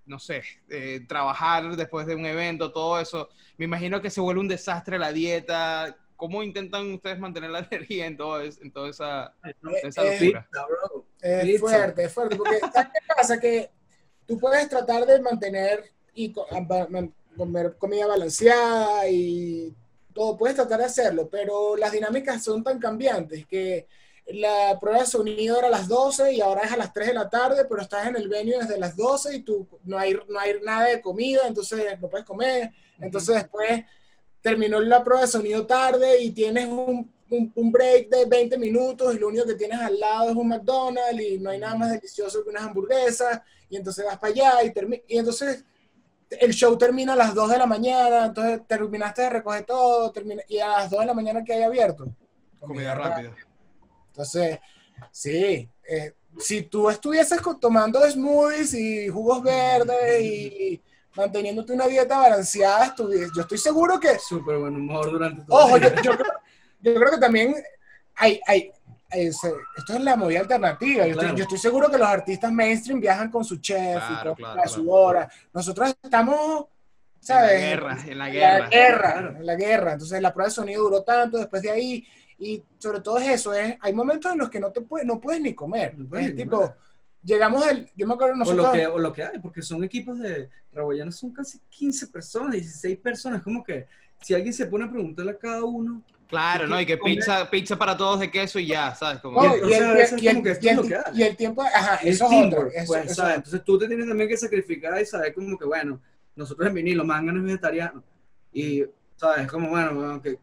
no sé, eh, trabajar después de un evento, todo eso. Me imagino que se vuelve un desastre la dieta. ¿Cómo intentan ustedes mantener la energía en, todo es, en toda esa, esa
es,
locura?
Es, es fuerte, es fuerte, porque ¿sabes qué pasa? Que tú puedes tratar de mantener y comer comida balanceada y todo, puedes tratar de hacerlo, pero las dinámicas son tan cambiantes que la prueba de sonido era a las doce y ahora es a las tres de la tarde, pero estás en el venue desde las doce y tú no hay, no hay nada de comida, entonces no puedes comer. Entonces uh-huh. después terminó la prueba de sonido tarde y tienes un, un, un break de veinte minutos y lo único que tienes al lado es un McDonald's y no hay nada más delicioso que unas hamburguesas y entonces vas para allá y, termi- y entonces el show termina a las dos de la mañana, entonces terminaste de recoger todo termina, y a las dos de la mañana que hay abierto.
Comida, comida rápida.
Entonces, sí, eh, si tú estuvieses tomando smoothies y jugos verdes y manteniéndote una dieta balanceada, yo estoy seguro que...
Súper buen humor durante todo
Ojo, yo, yo, yo creo que también hay... hay esto es la movida alternativa. Yo, claro. estoy, yo estoy seguro que los artistas mainstream viajan con su chef claro, y con claro, la, su claro. hora. Nosotros estamos, ¿sabes?
En la guerra, en la guerra.
En la guerra, claro. en la guerra. Entonces la prueba de sonido duró tanto, después de ahí, y sobre todo es eso, es, hay momentos en los que no te puedes, no puedes ni comer. No puedes es ni tipo, comer. Llegamos del, yo me acuerdo nosotros.
O lo que, o lo que hay, porque son equipos de Raboyana, son casi quince personas, dieciséis personas, como que si alguien se pone a preguntarle a cada uno.
Claro, ¿no? Y que pizza, pizza para todos de queso y ya, ¿sabes? Como no,
y, el, y, el, y, el, y el tiempo, ajá,
el
eso
teamwork,
es otro,
pues,
eso,
¿sabes?
eso.
Entonces tú te tienes también que sacrificar y saber como que, bueno, nosotros en vinilo, Mangano es vegetariano, y, ¿sabes? Como, bueno, que,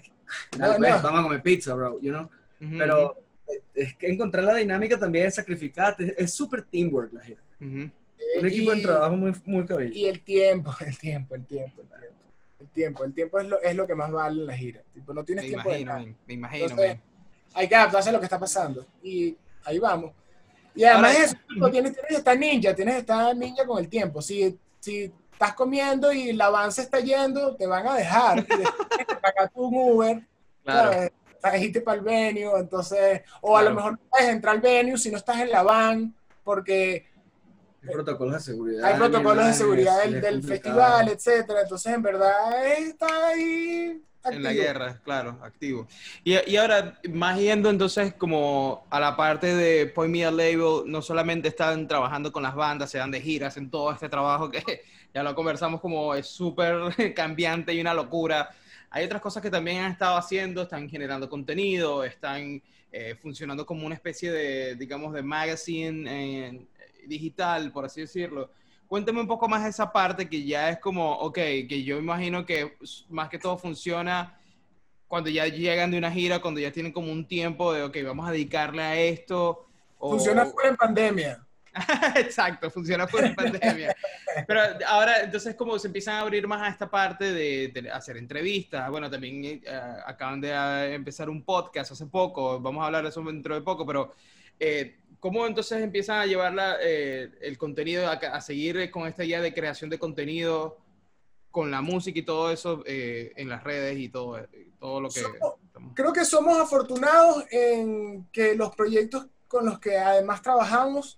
no, no. Pues, vamos a comer pizza, bro, you know? Uh-huh. Pero es que encontrar la dinámica también es sacrificarte, es súper teamwork la gente. Uh-huh. Un equipo y, de trabajo muy, muy cabello.
Y el tiempo, el tiempo, el tiempo, el tiempo. El tiempo, el tiempo es lo, es lo que más vale en la gira. Tipo, no tienes
me
tiempo
imagino,
de nada.
Me, me imagino,
Entonces, hay que adaptarse a lo que está pasando. Y ahí vamos. Y además Ahora, eso, tipo, tienes, tienes que estar ninja, tienes que estar ninja con el tiempo. Si, si estás comiendo y la van se está yendo, te van a dejar. Y tienes que pagar tu Uber.
Claro.
¿Sabes? Trajiste para el venue, entonces, o claro. a lo mejor no puedes entrar al venue si no estás en la van, porque
hay protocolos de seguridad.
Hay protocolos de seguridad del, del festival, etcétera. Entonces, en verdad, está ahí activo.
En la guerra, claro, activo. Y, y ahora, más yendo entonces como a la parte de Point Media Label, no solamente están trabajando con las bandas, se dan de giras en todo este trabajo que ya lo conversamos como es súper cambiante y una locura. Hay otras cosas que también han estado haciendo, están generando contenido, están eh, funcionando como una especie de, digamos, de magazine eh, digital, por así decirlo. Cuéntame un poco más de esa parte que ya es como, ok, que yo imagino que más que todo funciona cuando ya llegan de una gira, cuando ya tienen como un tiempo de, ok, vamos a dedicarle a esto. O...
Funciona fuera en pandemia.
Exacto, funciona fuera en pandemia. Pero ahora, entonces, como se empiezan a abrir más a esta parte de, de hacer entrevistas. Bueno, también uh, acaban de uh, empezar un podcast hace poco, vamos a hablar de eso dentro de poco, pero eh, ¿cómo entonces empiezan a llevar la, eh, el contenido, a, a seguir con esta idea de creación de contenido con la música y todo eso eh, en las redes y todo, todo lo que...
Somos, creo que somos afortunados en que los proyectos con los que además trabajamos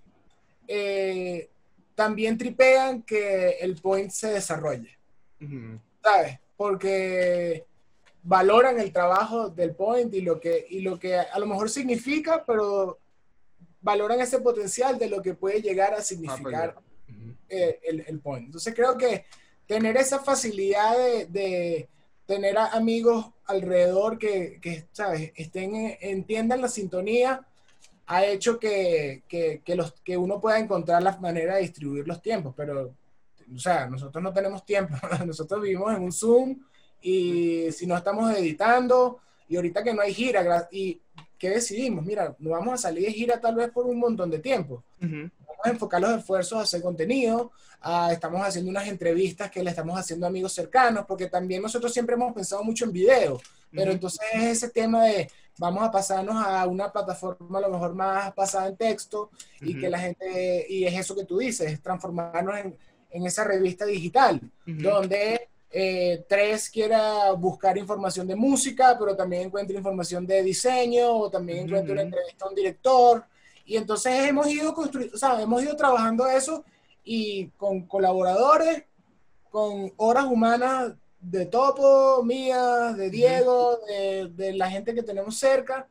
eh, también tripean que el Point se desarrolle. Uh-huh. ¿Sabes? Porque valoran el trabajo del Point y lo que, y lo que a lo mejor significa, pero valoran ese potencial de lo que puede llegar a significar ah, uh-huh. eh, el, el Point. Entonces creo que tener esa facilidad de, de tener a amigos alrededor que, que ¿sabes? Estén, entiendan la sintonía, ha hecho que, que, que, los, que uno pueda encontrar la manera de distribuir los tiempos, pero, o sea, nosotros no tenemos tiempo, nosotros vivimos en un Zoom y si no estamos editando, y ahorita que no hay gira, y ¿qué decidimos? Mira, no vamos a salir de gira tal vez por un montón de tiempo. Uh-huh. Vamos a enfocar los esfuerzos a hacer contenido, uh, estamos haciendo unas entrevistas que le estamos haciendo a amigos cercanos, porque también nosotros siempre hemos pensado mucho en video, pero uh-huh. entonces es ese tema de vamos a pasarnos a una plataforma a lo mejor más basada en texto y uh-huh. que la gente, y es eso que tú dices, es transformarnos en, en esa revista digital, uh-huh. donde eh, tres quiera buscar información de música, pero también encuentra información de diseño, o también uh-huh. encuentra una entrevista a un director, y entonces hemos ido construyendo, o sea, hemos ido trabajando eso, y con colaboradores, con horas humanas de Topo, mías, de Diego, de, de la gente que tenemos cerca,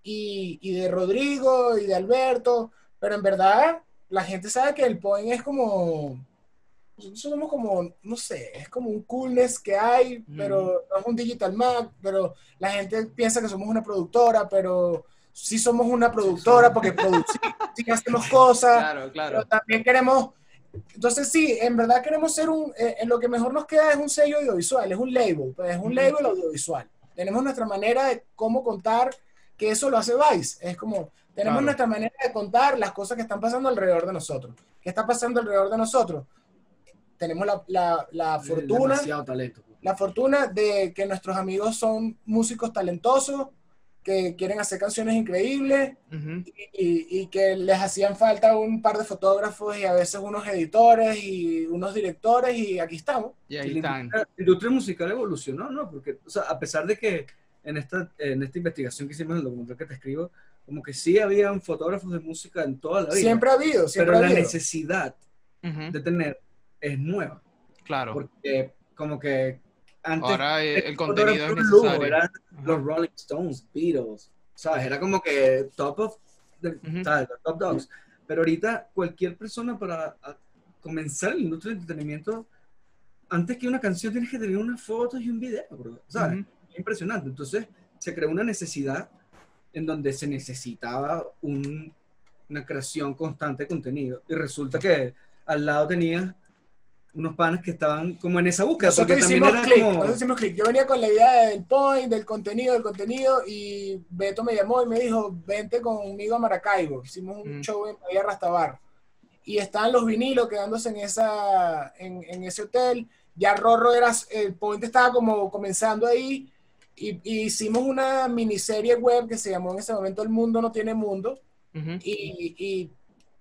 y, y de Rodrigo y de Alberto, pero en verdad la gente sabe que el Point es como, nosotros somos como, no sé, es como un coolness que hay, mm. pero no es un Digital Mac, pero la gente piensa que somos una productora, pero sí somos una productora porque producimos, sí hacemos cosas,
claro, claro.
Pero también queremos, entonces sí, en verdad queremos ser un, eh, lo que mejor nos queda es un sello audiovisual, es un label, pues es un mm. label audiovisual. Tenemos nuestra manera de cómo contar, que eso lo hace Vice, es como, tenemos claro. nuestra manera de contar las cosas que están pasando alrededor de nosotros. ¿Qué está pasando alrededor de nosotros? Tenemos la, la, la fortuna,
talento.
la fortuna de que nuestros amigos son músicos talentosos, que quieren hacer canciones increíbles uh-huh. y, y que les hacían falta un par de fotógrafos y a veces unos editores y unos directores y aquí estamos.
Y ahí están.
La industria musical evolucionó, ¿no? Porque, o sea, a pesar de que en esta, en esta investigación que hicimos en el documental que te escribo, como que sí habían fotógrafos de música en toda la vida.
Siempre ha habido, siempre
pero
ha
la
habido.
necesidad uh-huh. de tener es nueva.
Claro.
Porque como que antes
ahora el, el contenido es necesario.
Eran uh-huh. los Rolling Stones, Beatles, ¿sabes? Era como que top of the, uh-huh. ¿sabes? Los top dogs. Pero ahorita cualquier persona para comenzar la industria del entretenimiento, antes que una canción tienes que tener unas fotos y un video, bro, ¿sabes? Uh-huh. Es impresionante. Entonces se creó una necesidad en donde se necesitaba un, una creación constante de contenido. Y resulta que al lado tenías unos panas que estaban como en esa búsqueda.
Nosotros
porque
hicimos
también era
click,
como...
nosotros hicimos click. Yo venía con la idea del point, del contenido, del contenido, y Beto me llamó y me dijo, vente conmigo a Maracaibo. Hicimos un mm. show en Bahía Rastabar. Y estaban los vinilos quedándose en, esa, en, en ese hotel. Ya Rorro era, el point estaba como comenzando ahí. Y, y hicimos una miniserie web que se llamó en ese momento El Mundo No Tiene Mundo. Uh-huh. Y... y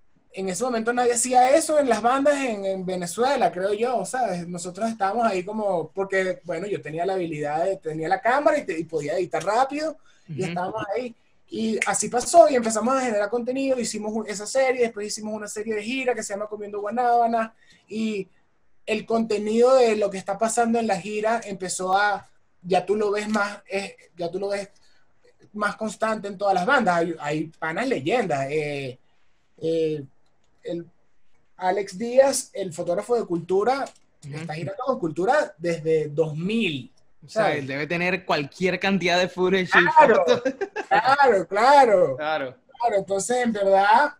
en ese momento nadie hacía eso en las bandas en, en Venezuela, creo yo, ¿sabes? Nosotros estábamos ahí como, porque, bueno, yo tenía la habilidad, de, tenía la cámara y, te, y podía editar rápido, uh-huh. y estábamos ahí. Y así pasó, y empezamos a generar contenido, hicimos esa serie, después hicimos una serie de gira que se llama Comiendo Guanábana, y el contenido de lo que está pasando en la gira empezó a, ya tú lo ves más, eh, ya tú lo ves más constante en todas las bandas, hay, hay panas leyendas, eh, eh, el Alex Díaz, el fotógrafo de Cultura, uh-huh. está girando con Cultura desde dos mil.
O sea, él debe tener cualquier cantidad de footage.
Claro, claro, claro,
claro.
Claro, entonces, en verdad,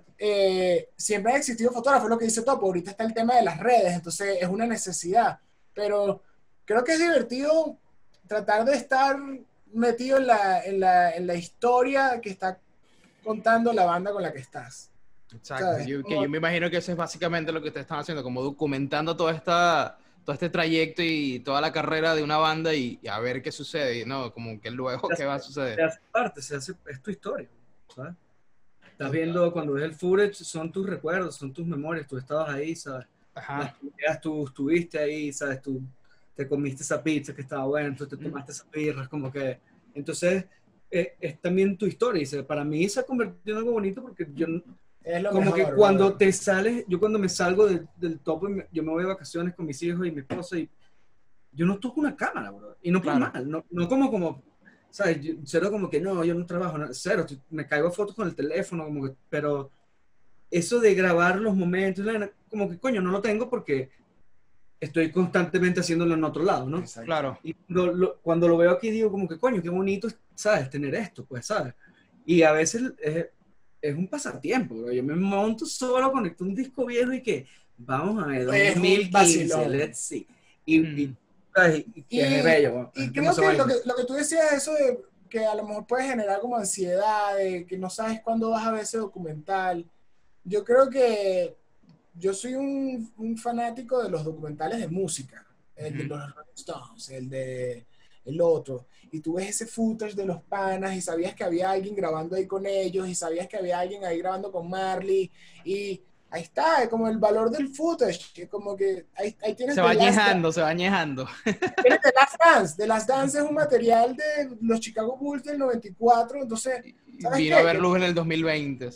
eh, siempre ha existido fotógrafo, es lo que dice Topo. Ahorita está el tema de las redes, entonces es una necesidad. Pero creo que es divertido tratar de estar metido en la, en la, en la historia que está contando la banda con la que estás.
Exacto, yo, que yo me imagino que eso es básicamente lo que ustedes están haciendo, como documentando toda esta, todo este trayecto y toda la carrera de una banda y, y a ver qué sucede, ¿no? Como que luego qué va a suceder.
Se hace parte, se hace, es tu historia, ¿sabes? Estás viendo, cuando ves el footage, son tus recuerdos, son tus memorias, tú estabas ahí, ¿sabes?
Ajá.
Tú estuviste ahí, ¿sabes? Tú te comiste esa pizza que estaba buena, entonces te tomaste esa birra, como que... Entonces, eh, es también tu historia, y para mí se ha convertido en algo bonito porque yo...
Es lo
como
mejor,
que cuando
¿verdad?
te sales, yo cuando me salgo de, del topo, yo me voy de vacaciones con mis hijos y mi esposa y yo no toco una cámara, bro, y no por
claro.
mal, no, no como como, ¿sabes? Yo, cero como que no, yo no trabajo, no, cero, me caigo fotos con el teléfono, como que, pero eso de grabar los momentos, como que coño, no lo tengo porque estoy constantemente haciéndolo en otro lado, ¿no?
Exacto. Claro.
Y lo, lo, cuando lo veo aquí digo como que coño, qué bonito, ¿sabes? Tener esto, pues, ¿sabes? Y a veces es... es un pasatiempo, bro. Yo me monto solo, conecto un disco viejo y que vamos a ver, dos mil quince, let's see. Y, mm. y, y, y, y es bello.
Y creo que lo, que lo que tú decías, eso de que a lo mejor puede generar como ansiedad, de que no sabes cuándo vas a ver ese documental. Yo creo que yo soy un, un fanático de los documentales de música, el mm. de los Rolling Stones, el de el otro, y tú ves ese footage de los panas y sabías que había alguien grabando ahí con ellos y sabías que había alguien ahí grabando con Marley y ahí está, es como el valor del footage, que como que ahí, ahí tienes...
Se va añejando, se va añejando.
Tienes The Last Dance, The Last Dance es un material de los Chicago Bulls del noventa y cuatro, entonces...
¿sabes Vino qué? a ver luz en el dos mil veinte, ¿sabes?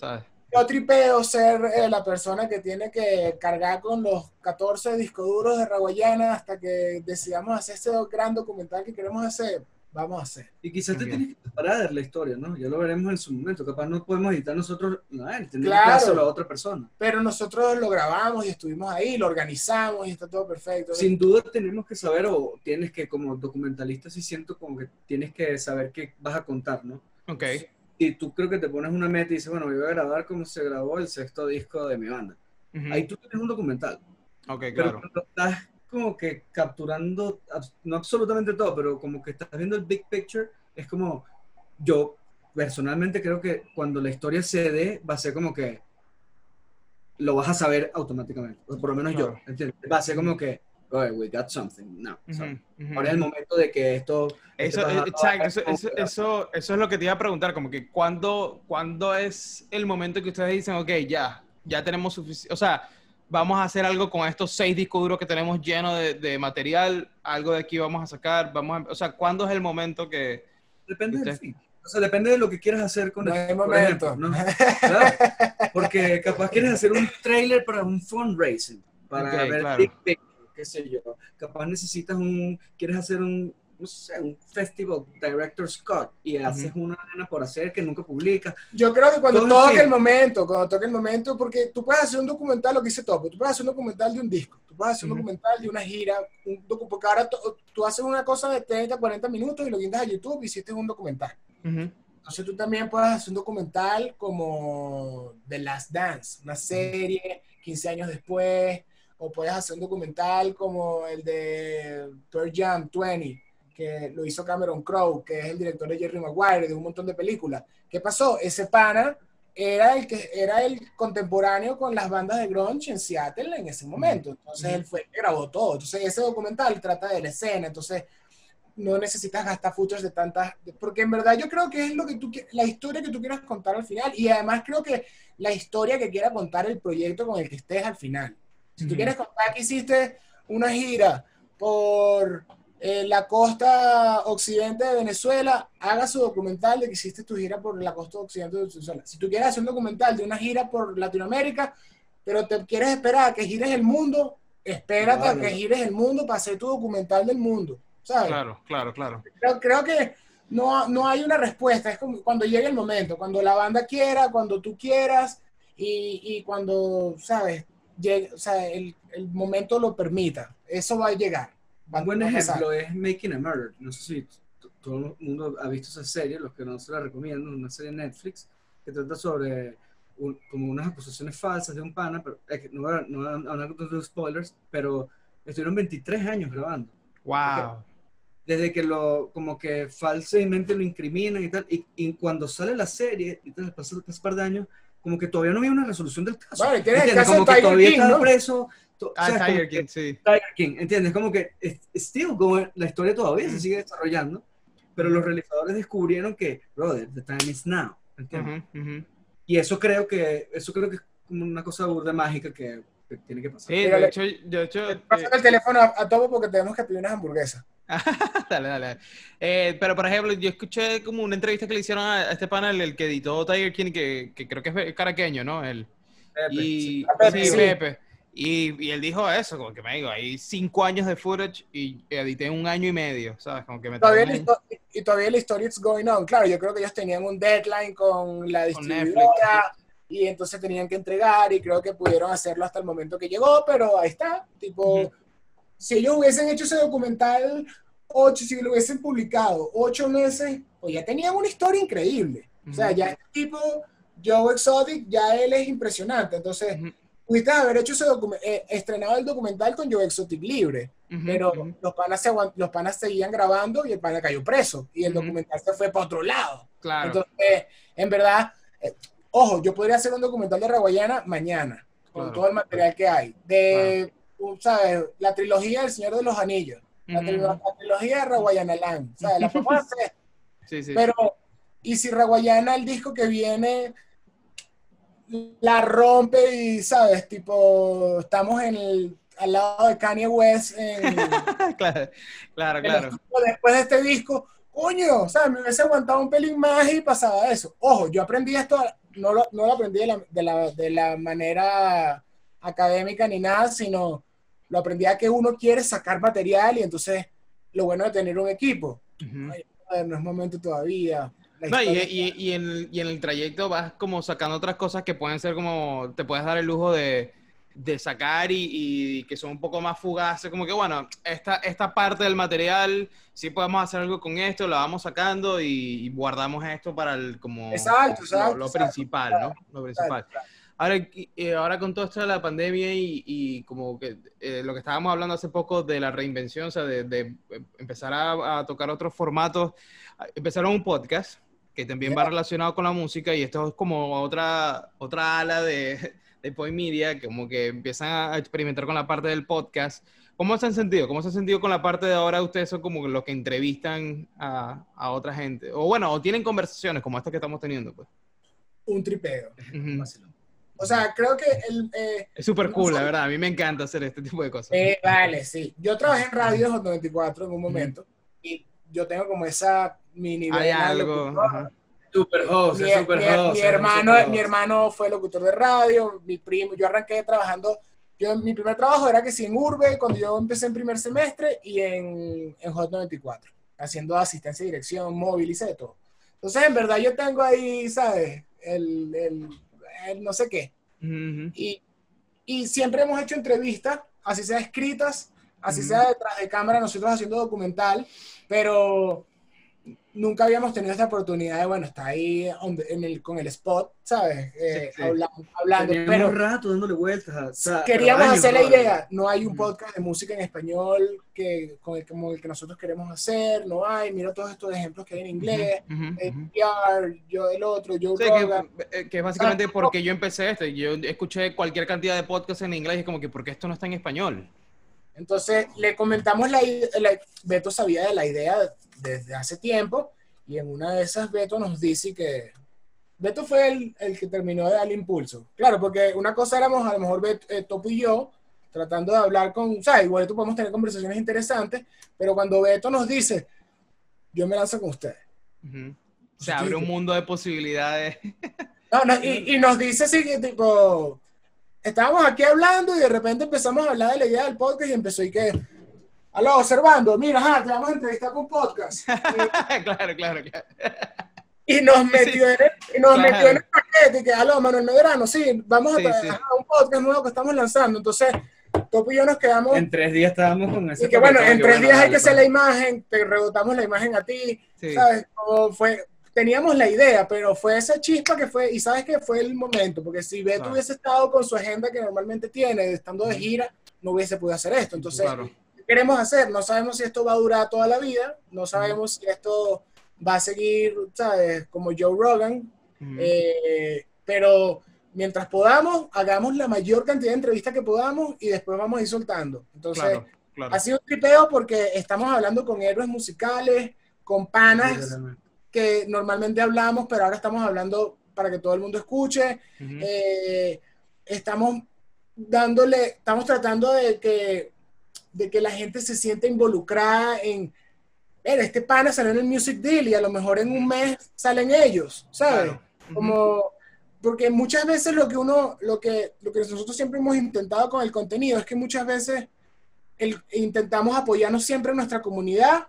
yo tripeo ser eh, la persona que tiene que cargar con los catorce discos duros de Raguayana hasta que decidamos hacer ese gran documental que queremos hacer. Vamos a hacer.
Y quizás te
Bien.
tienes que preparar de la historia, ¿no? Ya lo veremos en su momento. Capaz no podemos editar nosotros, no, tendremos
Claro.
que hacerlo a otra persona.
Pero nosotros lo grabamos y estuvimos ahí, lo organizamos y está todo perfecto.
Sin duda tenemos que saber, o tienes que, como documentalista, sí siento como que tienes que saber qué vas a contar, ¿no?
Ok.
Y tú creo que te pones una meta y dices, bueno, voy a grabar como se grabó el sexto disco de mi banda.
Uh-huh.
Ahí tú tienes un documental.
Ok,
Pero
claro.
cuando estás como que capturando, no absolutamente todo, pero como que estás viendo el big picture, es como, yo personalmente creo que cuando la historia se dé, va a ser como que lo vas a saber automáticamente, o por lo menos
Claro.
yo, ¿entiendes? Va a ser como que, oh, we got something, no,
Uh-huh,
¿sabes?
uh-huh.
Ahora es el momento de que esto...
Eso,
este
eh,
pasa-
exacto, eso, eso, eso, eso es lo que te iba a preguntar, como que ¿cuándo, cuándo es el momento que ustedes dicen, ok, ya, ya tenemos suficiente, o sea, vamos a hacer algo con estos seis discos duros que tenemos llenos de, de material, algo de aquí vamos a sacar, vamos a, o sea, ¿cuándo es el momento que...
Depende del
Usted-
fin. O sea, depende de lo que quieras hacer con
No
el
hay
por
momento.
ejemplo, ¿no? Claro, porque capaz quieres hacer un trailer para un fundraising, para
Ok,
ver
claro.
big picture, qué sé yo. Capaz necesitas un, quieres hacer un, no sé, un festival director Scott y haces una nena por hacer que nunca publicas.
Yo creo que cuando
Todo
toque
sí.
el momento, cuando toque el momento, porque tú puedes hacer un documental, lo que hice Topo, tú puedes hacer un documental de un disco, tú puedes hacer un
Ujú.
documental de una gira, un docu porque ahora to- tú haces una cosa de treinta, cuarenta minutos y lo guindas a YouTube y hiciste un documental.
Ujú.
Entonces tú también puedes hacer un documental como The Last Dance, una serie quince años después, o puedes hacer un documental como el de Pearl Jam veinte, que lo hizo Cameron Crowe, que es el director de Jerry Maguire, de un montón de películas. ¿Qué pasó? Ese pana era el que era el contemporáneo con las bandas de grunge en Seattle en ese momento. Entonces él fue, grabó todo. Entonces ese documental trata de la escena. Entonces no necesitas gastar footage de tantas, porque en verdad yo creo que es lo que tú, la historia que tú quieras contar al final, y además creo que la historia que quiera contar el proyecto con el que estés al final. Si tú
Ujú.
quieres contar que hiciste una gira por eh, la costa occidente de Venezuela, haga su documental de que hiciste tu gira por la costa occidente de Venezuela. Si tú quieres hacer un documental de una gira por Latinoamérica, pero te quieres esperar a que gires el mundo, espérate
Claro.
a que gires el mundo para hacer tu documental del mundo. ¿Sabes?
Claro, claro, claro.
Creo, creo que no, no hay una respuesta, es como cuando llegue el momento, cuando la banda quiera, cuando tú quieras y, y cuando, ¿sabes? Llegue, o sea, el, el momento lo permita, eso va a llegar. Va,
Un buen
va a
ejemplo
pasar.
es Making a Murder. No sé si t- todo el mundo ha visto esa serie, los que no se la recomiendo, una serie de Netflix que trata sobre un- como unas acusaciones falsas de un pana, pero es que no voy a no voy a hablar con los spoilers, pero estuvieron veintitrés años grabando.
Wow.
Desde que lo, como que falsamente lo incriminan y tal, y, y cuando sale la serie, y tal, pasa un par de años, como que todavía no había una resolución del caso.
Vale, tienes el
¿Entiendes?
caso
Como
de
que
Tiger
todavía
King,
estaba
¿no?
preso. to-
Ah,
o sea, como
Tiger
que-
King, sí.
Tiger King, ¿entiendes? Como que es still going, la historia todavía
Mm.
se sigue desarrollando, pero los realizadores descubrieron que, brother, the time is now, ¿entiendes?
Ujú, ujú.
Y eso creo que, eso creo que es como una cosa burda mágica que, que tiene que pasar.
Sí,
Mira,
de
le-
hecho, de hecho,
Pásame
eh,
el teléfono a, a Topo porque tenemos que pedir unas hamburguesas.
dale, dale. dale. Eh, pero, por ejemplo, yo escuché como una entrevista que le hicieron a este panel, el que editó Tiger King, que, que creo que es caraqueño, ¿no? Él.
Pepe, sí.
Y,
A Pepe,
sí,
sí.
Pepe. Y, y él dijo eso, como que me digo, hay cinco años de footage y edité un año y medio, ¿sabes? Como que me
Todavía
tardé
la
un-
histo- y todavía la historia is going on. Claro, yo creo que ellos tenían un deadline con la
Con
distribuidora y entonces tenían que entregar y creo que pudieron hacerlo hasta el momento que llegó, pero ahí está. Tipo,
Ujú.
si ellos hubiesen hecho ese documental, ocho, si lo hubiesen publicado ocho meses, pues ya tenían una historia increíble. O sea,
Ujú.
ya este tipo, Joe Exotic, ya él es impresionante. Entonces,
Ujú.
pudiste haber hecho ese documental, eh, estrenado el documental con Joe Exotic libre.
Ujú,
Pero
ujú.
los panas, se aguant- los panas seguían grabando y el pana cayó preso y el
Ujú.
documental se fue para otro lado.
Claro.
Entonces, en verdad, eh, ojo, yo podría hacer un documental de Raguayana mañana, con
Claro.
todo el material que hay. De, uh, ¿sabes? La trilogía del Señor de los Anillos, la,
Ujú,
trilo-
ujú.
la trilogía de Raguayana Land, ¿sabes? La podemos hacer,
Sí, sí.
pero, y si Raguayana, el disco que viene, la rompe y, ¿sabes? Tipo, estamos en el, al lado de Kanye West en...
Claro, claro,
el
claro.
estudio después de este disco, coño, ¿sabes? Me hubiese aguantado un pelín más y pasaba eso. Ojo, yo aprendí esto no lo, no lo aprendí de la, de, la, de la manera académica ni nada, sino lo aprendí a que uno quiere sacar material y entonces lo bueno de tener un equipo. Uh-huh. Ay, no es momento todavía.
No, y, y, y, en el, y en el trayecto vas como sacando otras cosas que pueden ser como, te puedes dar el lujo de, de sacar y, y que son un poco más fugaces, como que bueno, esta, esta parte del material, sí podemos hacer algo con esto, lo vamos sacando y, y guardamos esto para el, como
exacto, exacto,
lo, lo
exacto,
principal,
exacto,
¿no? Lo principal. Exacto, exacto. Ahora, eh, ahora con todo esto de la pandemia y, y como que eh, lo que estábamos hablando hace poco de la reinvención, o sea, de, de empezar a, a tocar otros formatos, empezaron un podcast que también yeah. va relacionado con la música y esto es como otra, otra ala de, de Point Media, que como que empiezan a experimentar con la parte del podcast. ¿Cómo se han sentido? ¿Cómo se han sentido con la parte de ahora ustedes son como los que entrevistan a, a otra gente? O bueno, o tienen conversaciones como esta que estamos teniendo, pues.
Un tripeo. Uh-huh. O sea, creo que el... Eh,
es súper cool, la verdad. A mí me encanta hacer este tipo de cosas.
Eh, vale, sí. Yo trabajé en Radio Hot noventa y cuatro en un momento uh-huh. y yo tengo como esa mini
Hay algo.
Super host,
mi,
super
mi,
host.
Mi hermano, mi hermano fue locutor de radio, mi primo, yo arranqué trabajando, yo, mi primer trabajo era que sí en Urbe, cuando yo empecé en primer semestre, y en, en Hot noventa y cuatro, haciendo asistencia de dirección, móvil y de todo. Entonces, en verdad, yo tengo ahí, ¿sabes? El, el, el no sé qué. Uh-huh. Y, y siempre hemos hecho entrevistas, así sea escritas, así uh-huh. sea detrás de cámara, nosotros haciendo documental, pero nunca habíamos tenido esta oportunidad de, bueno, estar ahí en el, con el spot, ¿sabes? Eh, sí, sí. Hablando, hablando.
Teníamos pero rato dándole vueltas. O sea,
queríamos hacer la idea. No hay un podcast de música en español que, con el, como el que nosotros queremos hacer. No hay. Mira todos estos ejemplos que hay en inglés. Uh-huh, uh-huh. N P R, yo el otro, Joe
sí,
Rogan.
Que, que básicamente ah, porque yo empecé este. Yo escuché cualquier cantidad de podcasts en inglés y como que, ¿por qué esto no está en español?
Entonces, le comentamos la idea. Beto sabía de la idea desde hace tiempo. Y en una de esas Beto nos dice que... Beto fue el, el que terminó de dar impulso. Claro, porque una cosa éramos a lo mejor Beto, eh, Topo y yo, tratando de hablar con... O sea, igual tú podemos tener conversaciones interesantes, pero cuando Beto nos dice, yo me lanzo con ustedes.
Uh-huh. Se abre un mundo de posibilidades.
No, no, y, y nos dice así que tipo... Estábamos aquí hablando y de repente empezamos a hablar de la idea del podcast y empezó y que... Aló, observando, mira, ajá, te vamos a entrevistar con podcast.
Y, claro, claro, claro.
Y nos metió, sí, en, el, y nos claro. metió en el paquete, y que, aló, Manuel Medrano, sí, vamos sí, a trabajar sí. un podcast nuevo que estamos lanzando. Entonces, Topo y yo nos quedamos...
En tres días estábamos con ese.
Y que bueno, en tres días hay que hacer la imagen, te rebotamos la imagen a ti, sí. ¿sabes? Como fue... Teníamos la idea, pero fue esa chispa que fue, y sabes que fue el momento, porque si Beto claro. hubiese estado con su agenda que normalmente tiene, estando de gira, no hubiese podido hacer esto. Entonces... Claro. Queremos hacer, no sabemos si esto va a durar toda la vida, no sabemos uh-huh. si esto va a seguir, ¿sabes? Como Joe Rogan, uh-huh. eh, pero mientras podamos, hagamos la mayor cantidad de entrevistas que podamos y después vamos a ir soltando. Entonces, claro, claro. ha sido un tripeo porque estamos hablando con héroes musicales, con panas sí, que normalmente hablamos, pero ahora estamos hablando para que todo el mundo escuche. Uh-huh. Eh, estamos dándole, estamos tratando de que de que la gente se sienta involucrada en, mira, este pana salió en el Music Deal y a lo mejor en un mes salen ellos, ¿sabes? Claro. Uh-huh. Como, porque muchas veces lo que uno, lo que, lo que nosotros siempre hemos intentado con el contenido es que muchas veces el, intentamos apoyarnos siempre en nuestra comunidad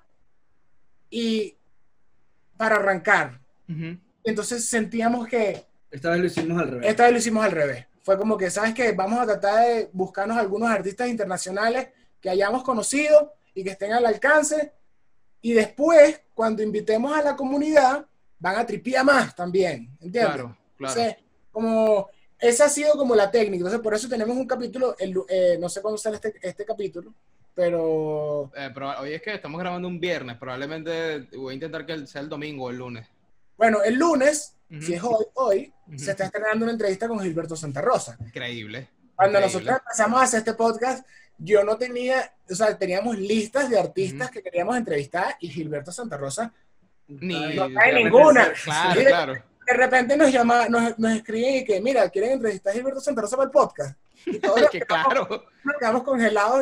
y para arrancar. Uh-huh. Entonces sentíamos que...
Esta vez lo hicimos al revés.
Esta vez lo hicimos al revés. Fue como que, ¿sabes qué? Vamos a tratar de buscarnos algunos artistas internacionales que hayamos conocido y que estén al alcance, y después, cuando invitemos a la comunidad, van a tripear más también, ¿entiendes?
Claro, claro.
Entonces, como, esa ha sido como la técnica, entonces por eso tenemos un capítulo, el, eh, no sé cuándo sale este, este capítulo, pero...
Eh, pero... Hoy es que estamos grabando un viernes, probablemente voy a intentar que sea el domingo o el lunes.
Bueno, el lunes, uh-huh. si es hoy, hoy uh-huh. se está estrenando una entrevista con Gilberto Santa Rosa.
Increíble.
Cuando
Increíble.
nosotros empezamos a hacer este podcast, yo no tenía, o sea, teníamos listas de artistas uh-huh. que queríamos entrevistar y Gilberto Santa Rosa
Ni,
no cae ninguna.
Claro,
de,
claro.
De repente nos llama, nos, nos escriben y que, mira, ¿quieren entrevistar a Gilberto Santa Rosa para el podcast? Y todos
que claro.
Nos quedamos congelados y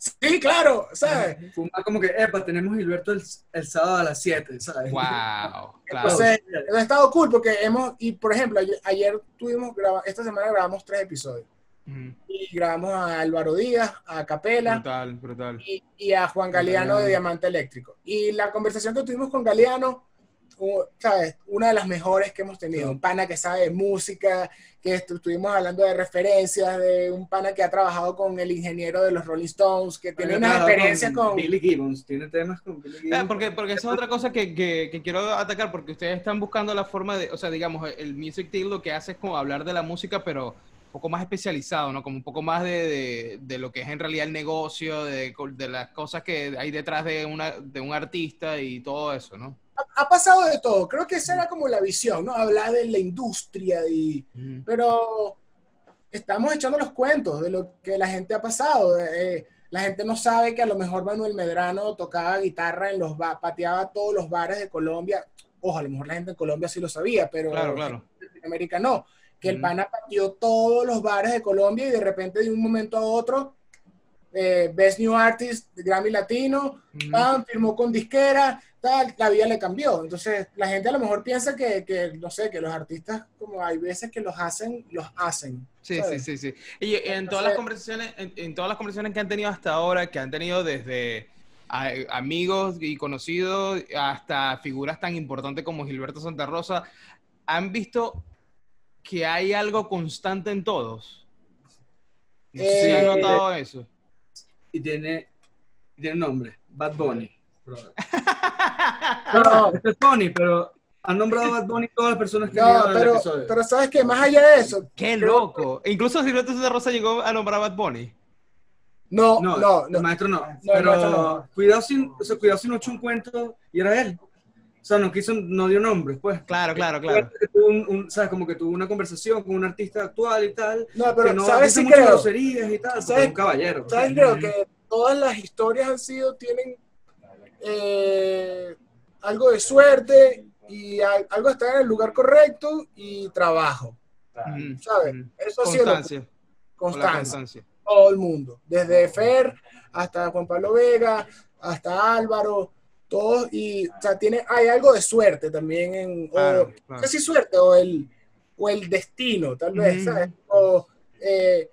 Sí, claro, ¿sabes?
Fumar como que, epa, tenemos Gilberto el, el sábado a las siete, ¿sabes?
Wow, claro.
Entonces, eso ha estado cool porque hemos, y por ejemplo, ayer, ayer tuvimos, graba, esta semana grabamos tres episodios. Uh-huh. Y grabamos a Álvaro Díaz, a Capela.
Brutal, brutal.
Y, y a Juan Galeano de Diamante Eléctrico. Y la conversación que tuvimos con Galeano, ¿sabes? Una de las mejores que hemos tenido. Un pana que sabe de música, que estuvimos hablando de referencias, de un pana que ha trabajado con el ingeniero de los Rolling Stones, que tiene una experiencia con, con...
Billy Gibbons, tiene temas con Billy Gibbons.
Ah, porque, porque esa es otra cosa que, que, que quiero atacar, porque ustedes están buscando la forma de, o sea, digamos, el Music Deal lo que hace es como hablar de la música, pero un poco más especializado, ¿no? Como un poco más de, de, de lo que es en realidad el negocio, de, de las cosas que hay detrás de, una, de un artista y todo eso, ¿no?
Ha pasado de todo, creo que esa era como la visión, ¿no? Hablar de la industria, y, mm. pero estamos echando los cuentos de lo que la gente ha pasado. Eh, la gente no sabe que a lo mejor Manuel Medrano tocaba guitarra en los ba- pateaba todos los bares de Colombia. Ojo, a lo mejor la gente en Colombia sí lo sabía, pero
claro, claro.
en Latinoamérica no. Que mm. el pana pateó todos los bares de Colombia y de repente de un momento a otro eh, Best New Artist, Grammy Latino, mm. bam, firmó con disquera, tal, la vida le cambió. Entonces la gente a lo mejor piensa que, que, no sé, que los artistas, como hay veces que los hacen, los hacen.
Sí, ¿sabes? sí, sí, sí. Y en Entonces, todas las conversaciones, en, en todas las conversaciones que han tenido hasta ahora, que han tenido desde a, amigos y conocidos hasta figuras tan importantes como Gilberto Santa Rosa, ¿han visto que hay algo constante en todos? No sé eh, si han notado eso.
Y tiene, tiene un nombre, Bad Bunny.
No, no,
es Bunny, pero han nombrado a Bad Bunny todas las personas que
no, pero, el episodio. Pero sabes que más allá de eso,
qué loco. Que... Incluso Gilberto Santa Rosa llegó a nombrar a Bad Bunny.
No,
no,
no,
el
no.
maestro no.
no
pero
maestro no.
cuidado sin, o sea, cuidado si no echó un cuento y era él. O sea, no quiso, no dio nombres, pues.
Claro, claro, claro.
Que tuvo un, un, ¿sabes? Como que tuvo una conversación con un artista actual y tal.
No, pero
que no
¿sabes
dice
si
muchas
creo?
groserías y tal.
¿Sabes?
Un caballero.
¿Sabes? Creo que todas las historias han sido, tienen eh, algo de suerte y hay, algo de estar en el lugar correcto y trabajo.
Mm,
¿Sabes?
Mm.
Eso ha
Constancia.
sido lo, constancia.
constancia.
Todo el mundo. Desde Fer hasta Juan Pablo Vega, hasta Álvaro. Todos, y o sea, tiene, hay algo de suerte también en,
claro,
o,
claro.
no sé si suerte o el, o el destino, tal vez, mm-hmm. ¿sabes? O eh,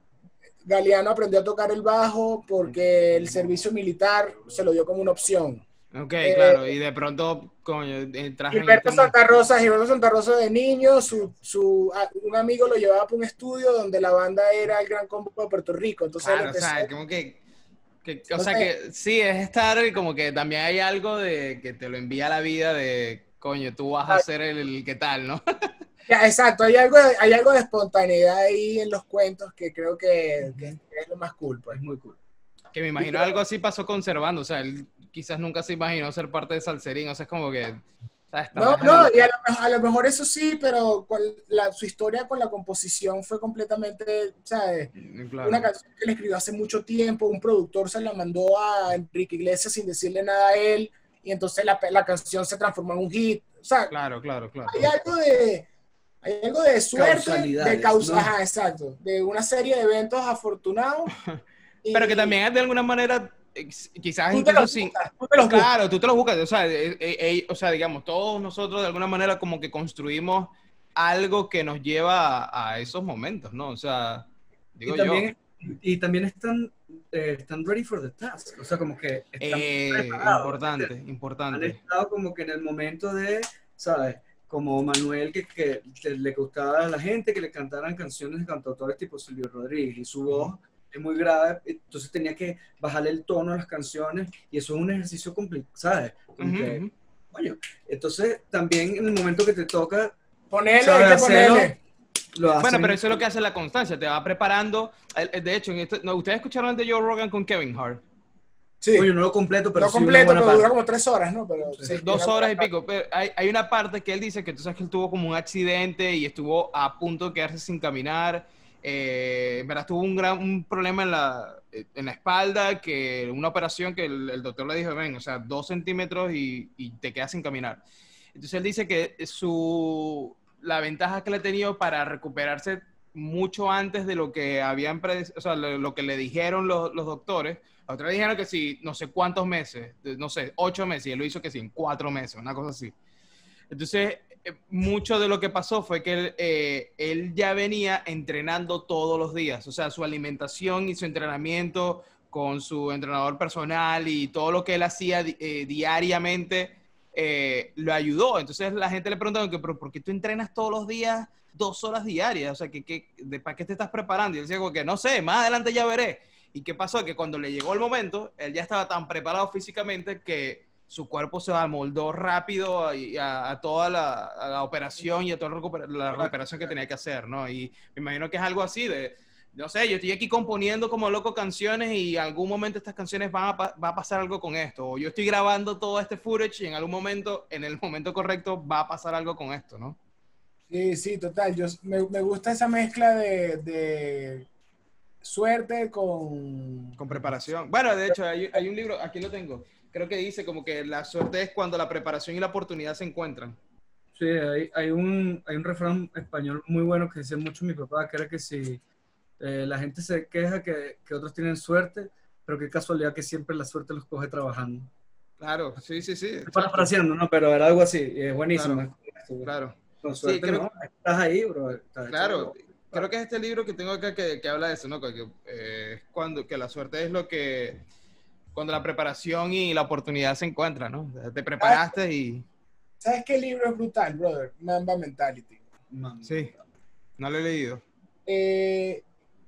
Galeano aprendió a tocar el bajo porque el servicio militar se lo dio como una opción.
Ok, eh, claro, y de pronto, coño, entras
Gilberto
en este
Santa Rosa, Gilberto Santa Rosa de niño, su, su, un amigo lo llevaba para un estudio donde la banda era el Gran Combo de Puerto Rico, entonces
claro,
empezó,
o sea, como que Que, o sea que sí, es estar como que también hay algo de que te lo envía la vida de, coño, tú vas a ser el, el que tal, ¿no?
Ya, exacto, hay algo, de, hay algo de espontaneidad ahí en los cuentos que creo que, que es lo más cool, pues.
Es muy cool.
Que me imagino algo así pasó con Servando, o sea, él quizás nunca se imaginó ser parte de Salserín, o sea, es como que... ¿sabes?
No, no, y a lo, a lo mejor eso sí, pero con la, su historia con la composición fue completamente, ¿sabes? Claro. Una canción que le escribió hace mucho tiempo, un productor se la mandó a Enrique Iglesias sin decirle nada a él, y entonces la, la canción se transformó en un hit. O sea,
claro, claro, claro.
Hay algo de, hay algo de suerte, de causa, ¿no? Ajá, exacto, de una serie de eventos afortunados.
Y, pero que también de alguna manera... quizás incluso sin... Tú te los claro, tú te los buscas, o sea, eh, eh, o sea, digamos, todos nosotros de alguna manera como que construimos algo que nos lleva a, a esos momentos, ¿no? O sea, digo
y también,
yo.
Y también están, eh, están ready for the task, o sea, como que están
eh,
preparados.
Importante,
¿sí?
importante.
Han estado como que en el momento de, ¿sabes? Como Manuel, que, que le gustaba a la gente que le cantaran canciones de cantautores tipo Silvio Rodríguez, y su voz... Uh-huh. Es muy grave, entonces tenía que bajarle el tono a las canciones y eso es un ejercicio complicado, ¿sabes? Como uh-huh. que, coño, entonces también en el momento que te toca
ponerle, hay que ponerle.
Lo bueno, pero eso es lo que hace la constancia, te va preparando. De hecho, en esto, ¿no? ¿Ustedes escucharon el de Joe Rogan con Kevin Hart?
Sí.
Oye, no lo completo, pero
no
sí
completo,
una
pero
parte.
dura como tres horas, ¿no? Pero, sí,
Dos horas y pico. Pero hay, hay una parte que él dice que tú sabes que él tuvo como un accidente y estuvo a punto de quedarse sin caminar. Eh, en verdad tuvo un gran un problema en la, en la espalda, que una operación que el, el doctor le dijo, ven, o sea, dos centímetros y, y te quedas sin caminar. Entonces él dice que su, la ventaja que le ha tenido para recuperarse mucho antes de lo que habían, o sea, lo, lo que le dijeron los, los doctores, Otros dijeron que sí, no sé cuántos meses, no sé, ocho meses, y él lo hizo que sí, en cuatro meses, una cosa así. Entonces, eh, mucho de lo que pasó fue que él, eh, él ya venía entrenando todos los días, o sea, su alimentación y su entrenamiento con su entrenador personal y todo lo que él hacía eh, diariamente eh, lo ayudó. Entonces la gente le preguntaba, ¿pero por qué tú entrenas todos los días dos horas diarias? O sea, ¿qué, qué, de, ¿para qué te estás preparando? Y él decía, como que no sé, más adelante ya veré. ¿Y qué pasó? Que cuando le llegó el momento, él ya estaba tan preparado físicamente que su cuerpo se amoldó rápido a, a, a toda la, a la operación y a toda la, recuper la recuperación que tenía que hacer, ¿no? Y me imagino que es algo así de, no sé, yo estoy aquí componiendo como loco canciones y en algún momento estas canciones van a, va a pasar algo con esto. O yo estoy grabando todo este footage y en algún momento, en el momento correcto, va a pasar algo con esto, ¿no?
Sí, sí, total. Yo, me, me gusta esa mezcla de... de... suerte con...
Con preparación. Bueno, de hecho, hay, hay un libro, aquí lo tengo, creo que dice como que la suerte es cuando la preparación y la oportunidad se encuentran.
Sí, hay, hay, un, hay un refrán español muy bueno que dice mucho mi papá, que era que si eh, la gente se queja que, que otros tienen suerte, pero qué casualidad que siempre la suerte los coge trabajando.
Claro, sí, sí, sí.
Parafraseando, ¿no? Pero era algo así, y es buenísimo.
Claro, es, claro.
Con suerte,
Sí, creo,
¿no? Estás ahí, bro. Estás
claro, creo que es este libro que tengo acá que, que habla de eso, ¿no? Que, eh, cuando, que la suerte es lo que... Cuando la preparación y la oportunidad se encuentran, ¿no? Te preparaste y...
¿Sabes qué libro es brutal, brother? Mamba Mentality.
Mamba.
Sí, no lo he leído.
Eh,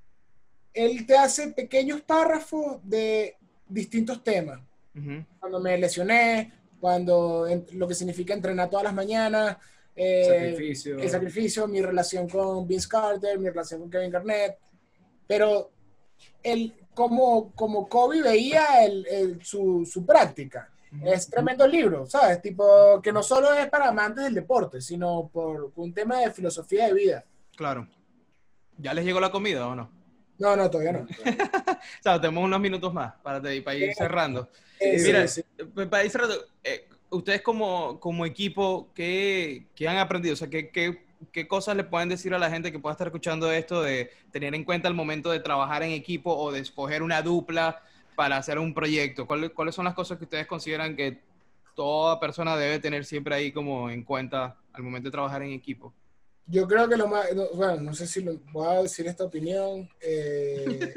él te hace pequeños párrafos de distintos temas. Uh-huh. Cuando me lesioné, cuando lo que significa entrenar todas las mañanas, eh,
sacrificio.
el sacrificio, mi relación con Vince Carter, mi relación con Kevin Garnett, pero el, como, como Kobe veía el, el, su, su práctica. Uh-huh. Es tremendo libro, ¿sabes? Tipo, que no solo es para amantes del deporte, sino por un tema de filosofía de vida.
Claro. ¿Ya les llegó la comida o no?
No, no, todavía no.
O sea, tenemos unos minutos más para, para ir cerrando.
Eh,
Mira,
sí, sí.
para ir cerrando, eh, ustedes como, como equipo, ¿qué, ¿qué han aprendido? O sea, ¿qué, qué, ¿qué cosas le pueden decir a la gente que pueda estar escuchando esto de tener en cuenta el momento de trabajar en equipo o de escoger una dupla para hacer un proyecto? ¿Cuáles, ¿Cuáles son las cosas que ustedes consideran que toda persona debe tener siempre ahí como en cuenta al momento de trabajar en equipo?
Yo creo que lo más, no, bueno, no sé si lo, voy a decir esta opinión, eh,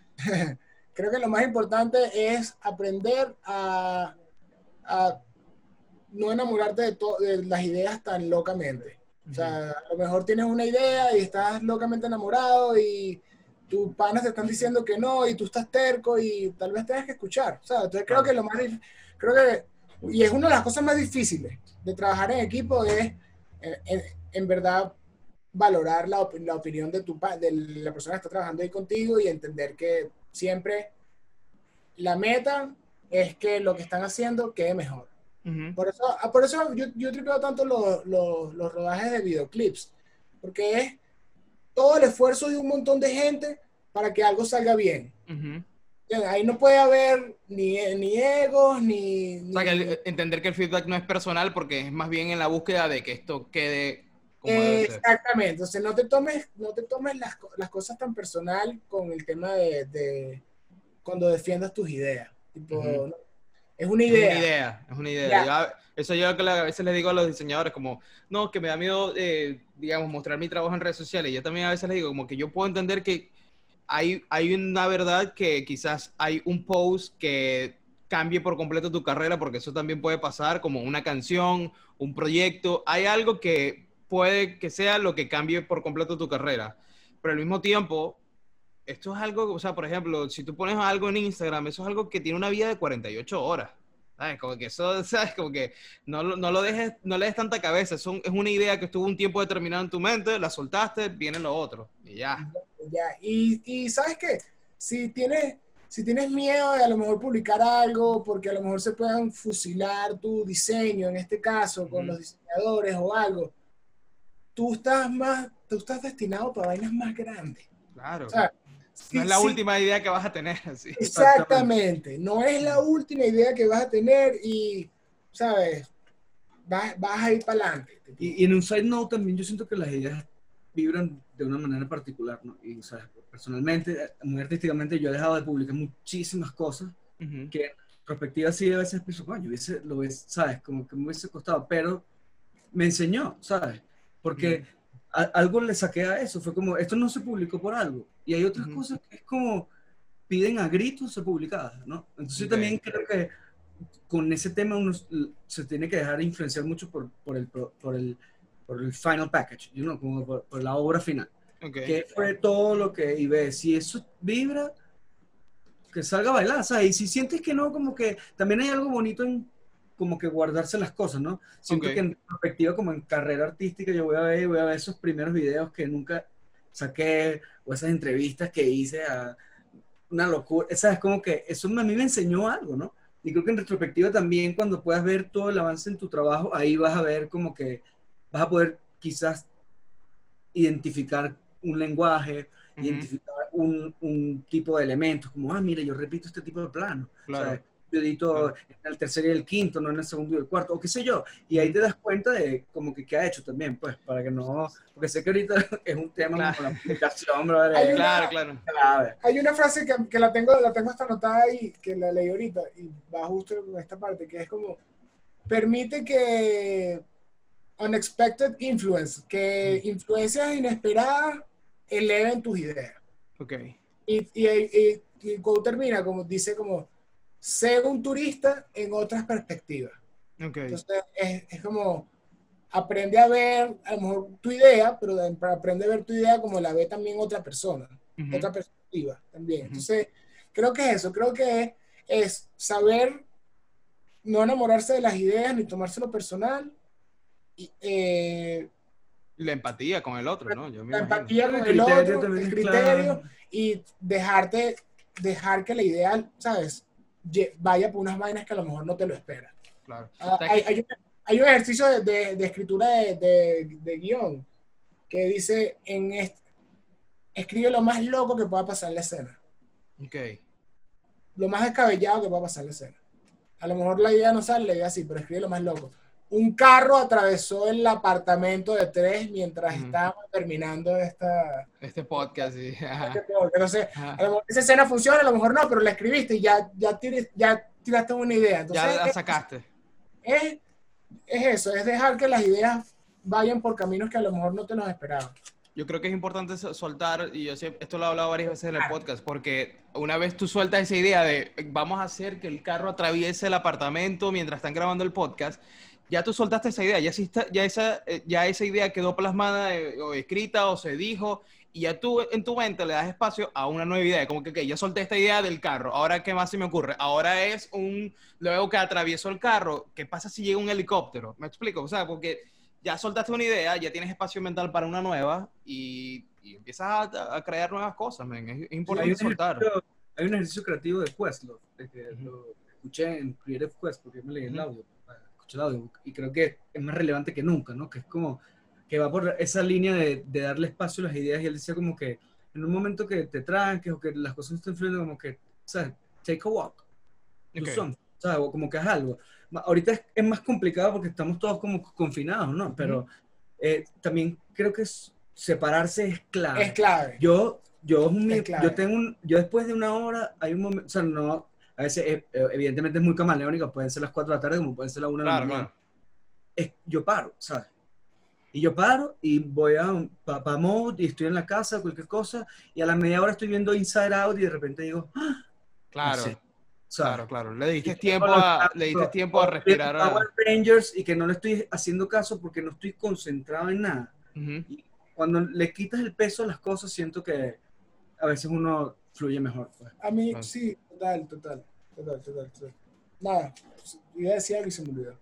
creo que lo más importante es aprender a, a no enamorarte de, to, de las ideas tan locamente. O sea, a lo mejor tienes una idea y estás locamente enamorado y tus panas te están diciendo que no y tú estás terco y tal vez tengas que escuchar. O sea, entonces creo que lo más, creo que, y es una de las cosas más difíciles de trabajar en equipo es, en, en, en verdad, valorar la, op la opinión de, tu, de la persona que está trabajando ahí contigo y entender que siempre la meta es que lo que están haciendo quede mejor. Uh-huh. Por eso, por eso yo, yo tripeo tanto los, los, los rodajes de videoclips, porque es todo el esfuerzo de un montón de gente para que algo salga bien. Uh-huh. Ahí no puede haber ni, ni egos, ni...
O sea, que el, entender que el feedback no es personal porque es más bien en la búsqueda de que esto quede...
Eh, exactamente, entonces no te tomes, no te tomes las, las cosas tan personal con el tema de, de cuando defiendas tus ideas. Tipo, uh-huh. ¿no? Es una idea.
Es una idea, es una idea. Yo, eso yo a veces les digo a los diseñadores como, no, que me da miedo, eh, digamos, mostrar mi trabajo en redes sociales. Yo también a veces les digo como que yo puedo entender que hay, hay una verdad que quizás hay un post que cambie por completo tu carrera, porque eso también puede pasar, como una canción, un proyecto. Hay algo que puede que sea lo que cambie por completo tu carrera. Pero al mismo tiempo, esto es algo, o sea, por ejemplo, si tú pones algo en Instagram, eso es algo que tiene una vida de cuarenta y ocho horas. ¿Sabes? Como que eso, ¿sabes? Como que no, no lo dejes, no le des tanta cabeza. Son, es una idea que estuvo un tiempo determinado en tu mente, la soltaste, viene lo otro. Y ya.
Ya. Y, y ¿sabes qué? Si tienes, si tienes miedo de a lo mejor publicar algo, porque a lo mejor se puedan fusilar tu diseño, en este caso, con uh-huh. los diseñadores o algo, tú estás más, tú estás destinado para vainas más grandes.
Claro.
O sea,
no es la sí, última idea que vas a tener. Sí.
Exactamente. No es la última idea que vas a tener y, ¿sabes? Vas, vas a ir para adelante.
Y, y en un side note también yo siento que las ideas vibran de una manera particular, ¿no? Y, o sea, personalmente, muy artísticamente, yo he dejado de publicar muchísimas cosas uh-huh. que en retrospectiva sí a veces pienso, coño, hubiese, lo hubiese, ¿sabes? Como que me hubiese costado, pero me enseñó, ¿sabes? Porque uh-huh. a, algo le saqué a eso, fue como, esto no se publicó por algo, y hay otras uh-huh. cosas que es como, piden a gritos ser publicadas, ¿no? Entonces okay. también creo que con ese tema uno se tiene que dejar influenciar mucho por, por, el, por, el, por el final package, you know, como por, por la obra final. Okay. Que fue todo lo que, y ves, si eso vibra, que salga a bailar, ¿sabes? Y si sientes que no, como que también hay algo bonito en como que guardarse las cosas, ¿no? Siento okay. que en perspectiva, como en carrera artística, yo voy a ver, voy a ver esos primeros videos que nunca saqué, o esas entrevistas que hice a una locura, ¿sabes? Como que eso a mí me enseñó algo, ¿no? Y creo que en retrospectiva también, cuando puedas ver todo el avance en tu trabajo, ahí vas a ver como que vas a poder quizás identificar un lenguaje, uh-huh. identificar un, un tipo de elementos, como, ah, mira, yo repito este tipo de plano, claro. ¿sabes? Yo edito claro. en el tercero y el quinto, no en el segundo y el cuarto, o qué sé yo, y ahí te das cuenta de como que qué ha hecho también, pues, para que no, porque sé que ahorita es un tema claro. como la publicación, bro,
hay una, claro, claro.
Clave. Hay una frase que, que la tengo, la tengo hasta anotada ahí, que la leí ahorita, y va justo en esta parte, que es como, permite que unexpected influence, que mm. influencias inesperadas eleven tus ideas.
Ok.
Y, y, y, y cuando termina, como dice como, sé un turista en otras perspectivas.
Okay.
Entonces es, es como aprende a ver a lo mejor tu idea, pero aprende a ver tu idea como la ve también otra persona, uh-huh. otra perspectiva también. Uh-huh. Entonces creo que es eso, creo que es, es saber no enamorarse de las ideas ni tomárselo personal. Y, eh,
y la empatía con el otro, ¿no? Yo me
la
imagino.
empatía con el, el otro, también, el criterio, claro. Y dejarte, dejar que la idea, ¿sabes? Vaya por unas vainas que a lo mejor no te lo esperas.
Claro.
Uh, hay, hay, un, hay un ejercicio de, de, de escritura de, de, de guión que dice, en este, escribe lo más loco que pueda pasar en la escena.
Okay.
Lo más descabellado que pueda pasar en la escena. A lo mejor la idea no sale, la idea sí, pero escribe lo más loco. Un carro atravesó el apartamento de tres mientras uh-huh. estábamos terminando esta,
este podcast. Sí.
Este podcast. Entonces, a lo mejor esa escena funciona, a lo mejor no, pero la escribiste y ya, ya, tires, ya tiraste una idea. Entonces,
ya la sacaste.
Es, es, es eso, es dejar que las ideas vayan por caminos que a lo mejor no te los esperabas.
Yo creo que es importante soltar, y yo siempre, esto lo he hablado varias veces en el podcast, porque una vez tú sueltas esa idea de vamos a hacer que el carro atraviese el apartamento mientras están grabando el podcast, ya tú soltaste esa idea, ya, está, ya, esa, ya esa idea quedó plasmada eh, o escrita o se dijo, y ya tú en tu mente le das espacio a una nueva idea, como que okay, ya solté esta idea del carro, ahora ¿qué más se me ocurre? Ahora es un, luego que atravieso el carro, ¿qué pasa si llega un helicóptero? ¿Me explico? O sea, porque ya soltaste una idea, ya tienes espacio mental para una nueva y, y empiezas a, a crear nuevas cosas, man. Es, es importante hay soltar.
Hay un ejercicio creativo de Questlove, de que uh-huh. lo escuché en Creative Quest, porque yo me leí uh-huh. el audio. El audio, y creo que es más relevante que nunca, ¿no? Que es como que va por esa línea de, de darle espacio a las ideas, y él decía como que en un momento que te tranques o que las cosas no estén fluyendo, como que, ¿sabes? Take a walk, do okay. something, ¿sabes? O como que haz algo. Ahorita es, es más complicado porque estamos todos como confinados, ¿no? Pero uh-huh. eh, también creo que es, separarse es clave.
Es clave.
Yo, yo,
es
clave. yo tengo un, yo después de una hora, hay un momento, o sea, no... A veces, evidentemente, es muy camaleónico, pueden ser las cuatro de la tarde como pueden ser las una de
claro,
la mañana.
Claro.
Es, yo paro, ¿sabes? Y yo paro y voy a para pa Mode y estoy en la casa, cualquier cosa, y a la media hora estoy viendo Inside Out y de repente digo, ¡ah!
Claro,
no sé,
claro, claro. Le diste tiempo a, le diste tiempo a respirar. A
Power Rangers y que no le estoy haciendo caso porque no estoy concentrado en nada. Uh-huh. Y cuando le quitas el peso a las cosas, siento que a veces uno fluye mejor. Pues.
A mí, bueno. sí, total, total, total, total, total. Nada, iba a decir algo y se me olvidó.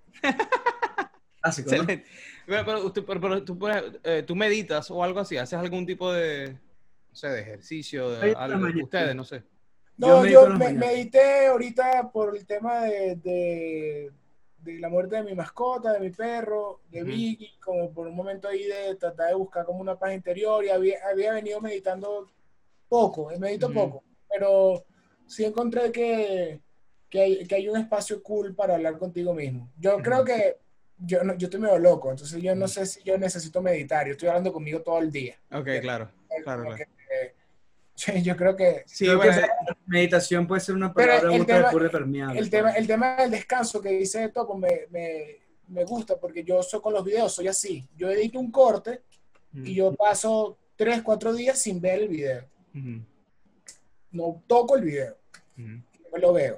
Básico, ¿no?
Pero, pero, pero, pero, pero tú, eh, tú meditas o algo así, haces algún tipo de, no sé, de ejercicio, de algo, ustedes, no sé.
No, yo, yo me, medité ahorita por el tema de, de, de la muerte de mi mascota, de mi perro, de uh-huh. Vicky, como por un momento ahí de tratar de buscar como una paz interior, y había, había venido meditando poco, medito uh-huh. poco, pero sí encontré que, que, hay, que hay un espacio cool para hablar contigo mismo. Yo uh-huh. creo que yo, no, yo estoy medio loco, entonces yo no sé si yo necesito meditar, yo estoy hablando conmigo todo el día.
Ok,
¿Entiendes?
claro, claro, claro.
Que, eh, yo creo que...
Sí, creo
bueno,
que meditación puede ser una
Pero
palabra
el
ultra
tema,
pura permeable.
el, tema, el tema del descanso que dice Topo me, me, me gusta porque yo soy con los videos, soy así. Yo edito un corte
mm,
y yo paso tres, cuatro días sin ver el video.
mm,
No toco el video,
mm.
no lo veo.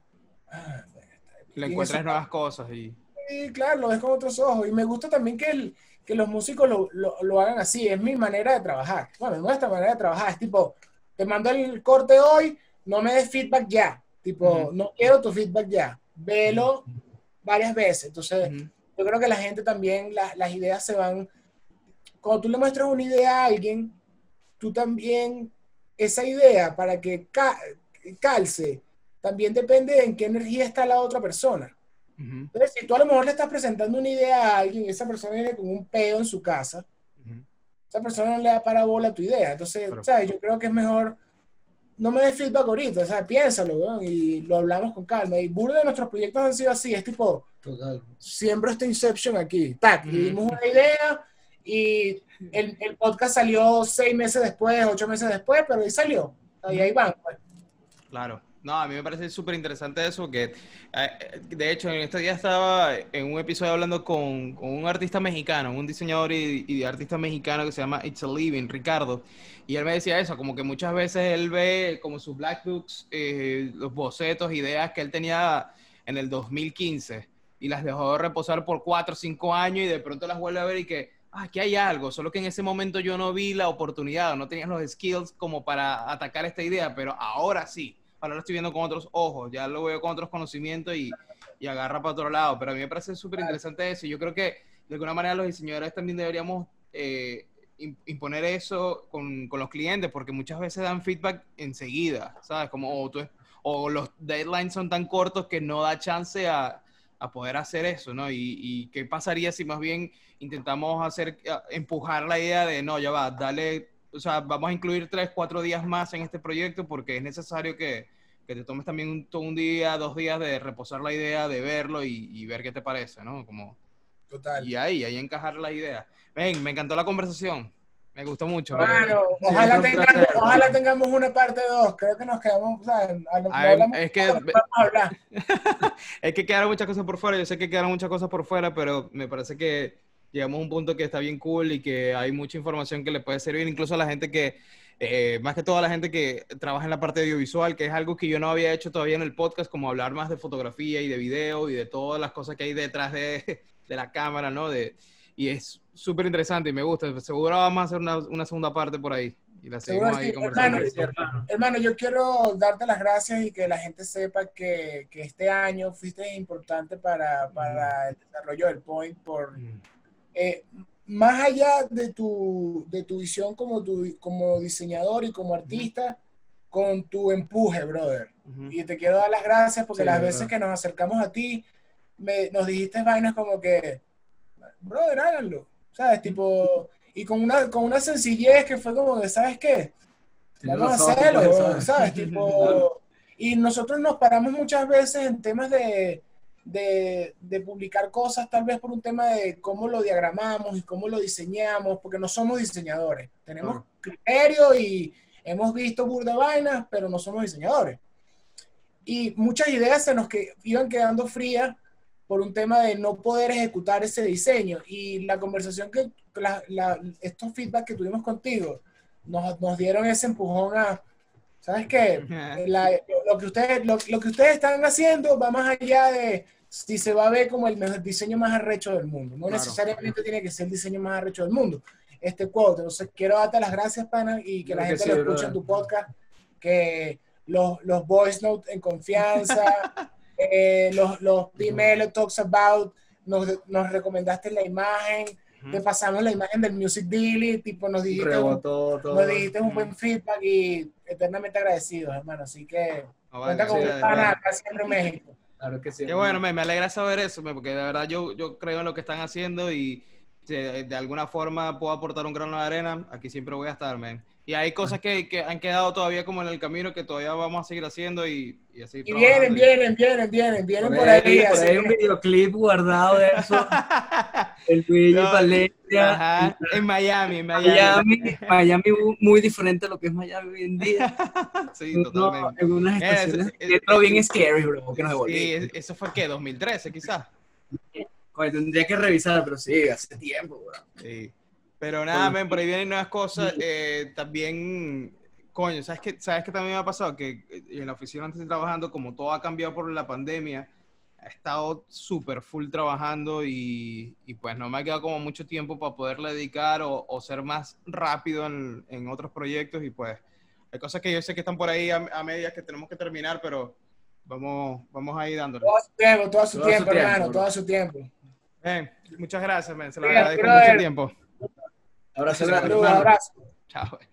Ah,
Le
y en
encuentras
eso,
nuevas cosas y...
sí, claro, lo ves con otros ojos. Y me gusta también que, el, que los músicos lo, lo, lo hagan así. Es mi manera de trabajar. Bueno, nuestra manera de trabajar. Es tipo, te mando el corte hoy, no me des feedback ya. Tipo,
Ujú,
no quiero tu feedback ya.
ujú,
Velo varias veces. Entonces,
ujú,
yo creo que la gente también, la, las ideas se van... Cuando tú le muestras una idea a alguien, tú también, esa idea para que ca calce, también depende de en qué energía está la otra persona.
ujú,
Entonces, si tú a lo mejor le estás presentando una idea a alguien y esa persona viene con un pedo en su casa,
ujú.
esa persona no le da para bola a tu idea. Entonces,
Pero,
¿sabes? Yo creo que es mejor, no me des feedback ahorita, o sea, piénsalo, ¿no? Y lo hablamos con calma. Y burda de nuestros proyectos han sido así, es tipo,
Total.
siempre está Inception aquí, tac, y
ujú,
dimos una idea y el, el podcast salió seis meses después, ocho meses después, pero ahí salió, ahí,
ujú.
ahí van, pues.
Claro. No, a mí me parece súper interesante eso, que eh, de hecho en este día estaba en un episodio hablando con, con un artista mexicano, un diseñador y, y artista mexicano que se llama It's a Living, Ricardo, y él me decía eso, como que muchas veces él ve como sus black books, eh, los bocetos, ideas que él tenía en el dos mil quince y las dejó reposar por cuatro o cinco años y de pronto las vuelve a ver y que, ah, aquí hay algo, solo que en ese momento yo no vi la oportunidad, no tenía los skills como para atacar esta idea, pero ahora sí. Ahora lo estoy viendo con otros ojos, ya lo veo con otros conocimientos y, y agarra para otro lado. Pero a mí me parece súper interesante eso. Y yo creo que de alguna manera los diseñadores también deberíamos eh, imponer eso con, con los clientes, porque muchas veces dan feedback enseguida, ¿sabes? Como, o, tú, o los deadlines son tan cortos que no da chance a, a poder hacer eso, ¿no? Y, y qué pasaría si más bien intentamos hacer, empujar la idea de, no, ya va, dale... O sea, vamos a incluir tres, cuatro días más en este proyecto porque es necesario que, que te tomes también un, todo un día, dos días de reposar la idea, de verlo y, y ver qué te parece, ¿no? Como,
Total.
y ahí, ahí encajar las ideas. Ven, me encantó la conversación. Me gustó mucho, man.
Bueno,
Sí,
ojalá,
fue un
tengamos,
placer,
ojalá
hermano.
tengamos una parte dos. Creo que nos quedamos, o sea, no, no
Ay,
hablamos
es
de lo
que
que vamos a hablar.
es que quedaron muchas cosas por fuera. Yo sé que quedaron muchas cosas por fuera, pero me parece que llegamos a un punto que está bien cool y que hay mucha información que le puede servir, incluso a la gente que, eh, más que todo a la gente que trabaja en la parte audiovisual, que es algo que yo no había hecho todavía en el podcast, como hablar más de fotografía y de video y de todas las cosas que hay detrás de, de la cámara, ¿no? De, y es súper interesante y me gusta. Seguro vamos a hacer una, una segunda parte por ahí y la
Seguro
seguimos
que
ahí
sí.
conversando.
Hermano,
Sí, hermano.
hermano, yo quiero darte las gracias y que la gente sepa que, que este año fuiste importante para, para el desarrollo del Point por, eh, más allá de tu, de tu visión como, tu, como diseñador y como artista, con tu empuje, brother.
Uh-huh.
Y te quiero dar las gracias porque
Sí,
las
verdad.
veces que nos acercamos a ti, me, nos dijiste vainas como que, brother, háganlo. ¿Sabes? Tipo, y con una, con una sencillez que fue como de, ¿sabes qué?
Tienes
Vamos a
razón,
hacerlo,
pues,
¿sabes?
¿sabes?
Tipo,
Claro.
y nosotros nos paramos muchas veces en temas de, de, de publicar cosas, tal vez por un tema de cómo lo diagramamos y cómo lo diseñamos, porque no somos diseñadores. Tenemos
Claro.
criterio y hemos visto burda vainas, pero no somos diseñadores. Y muchas ideas se nos que, iban quedando frías por un tema de no poder ejecutar ese diseño. Y la conversación que, la, la, estos feedback que tuvimos contigo, nos, nos dieron ese empujón a, ¿sabes qué? La, lo, que ustedes, lo, lo que ustedes están haciendo va más allá de si se va a ver como el mejor diseño más arrecho del mundo. No
Claro.
necesariamente tiene que ser el diseño más arrecho del mundo. Este quote, entonces quiero darte las gracias, pana, y que
Creo
la
que
gente
sí,
lo escuche
brother.
en tu podcast, que los, los voice notes en confianza, eh, los, los email talks about, nos, nos recomendaste la imagen, uh-huh. Te pasamos la imagen del Music Daily, tipo nos dijiste,
Rebotó
un,
todo.
nos dijiste un buen feedback y eternamente agradecidos, hermano. Así que
Oh,
cuenta
vale,
con
sí,
un pana acá siempre en México.
Claro que sí.
Qué bueno, me, me alegra saber eso, porque de verdad yo, yo creo en lo que están haciendo y de, de alguna forma puedo aportar un grano de arena, aquí siempre voy a estar, man. Y hay cosas que, que han quedado todavía como en el camino que todavía vamos a seguir haciendo y, y así.
Y vienen, vienen, vienen, vienen, vienen por, por ahí.
ahí por ahí hay un videoclip guardado de eso. El Luigi no, Valencia.
Ajá, en, en Miami, en Miami.
Miami. Miami muy diferente a lo que es Miami hoy en día.
Sí, no, totalmente.
En unas estaciones es, es, es, bien scary, bro, que nos devolví.
Sí, eso fue, ¿qué? ¿dos mil trece, quizás?
Oye, tendría que revisar, pero sí, hace tiempo, bro.
Sí. Pero nada, men, por ahí vienen nuevas cosas. Eh, también, coño, ¿sabes qué, ¿sabes qué también me ha pasado? Que en la oficina antes de trabajando, como todo ha cambiado por la pandemia, he estado súper full trabajando y, y pues no me ha quedado como mucho tiempo para poderle dedicar o, o ser más rápido en, en otros proyectos. Y pues hay cosas que yo sé que están por ahí a, a medias que tenemos que terminar, pero vamos, vamos a ir dándole.
Todo su tiempo, todo su todo tiempo, su hermano, tiempo, todo su tiempo.
Bien, muchas gracias, men. Se lo agradezco mucho tiempo.
Abrazo,
abrazo.
Chao.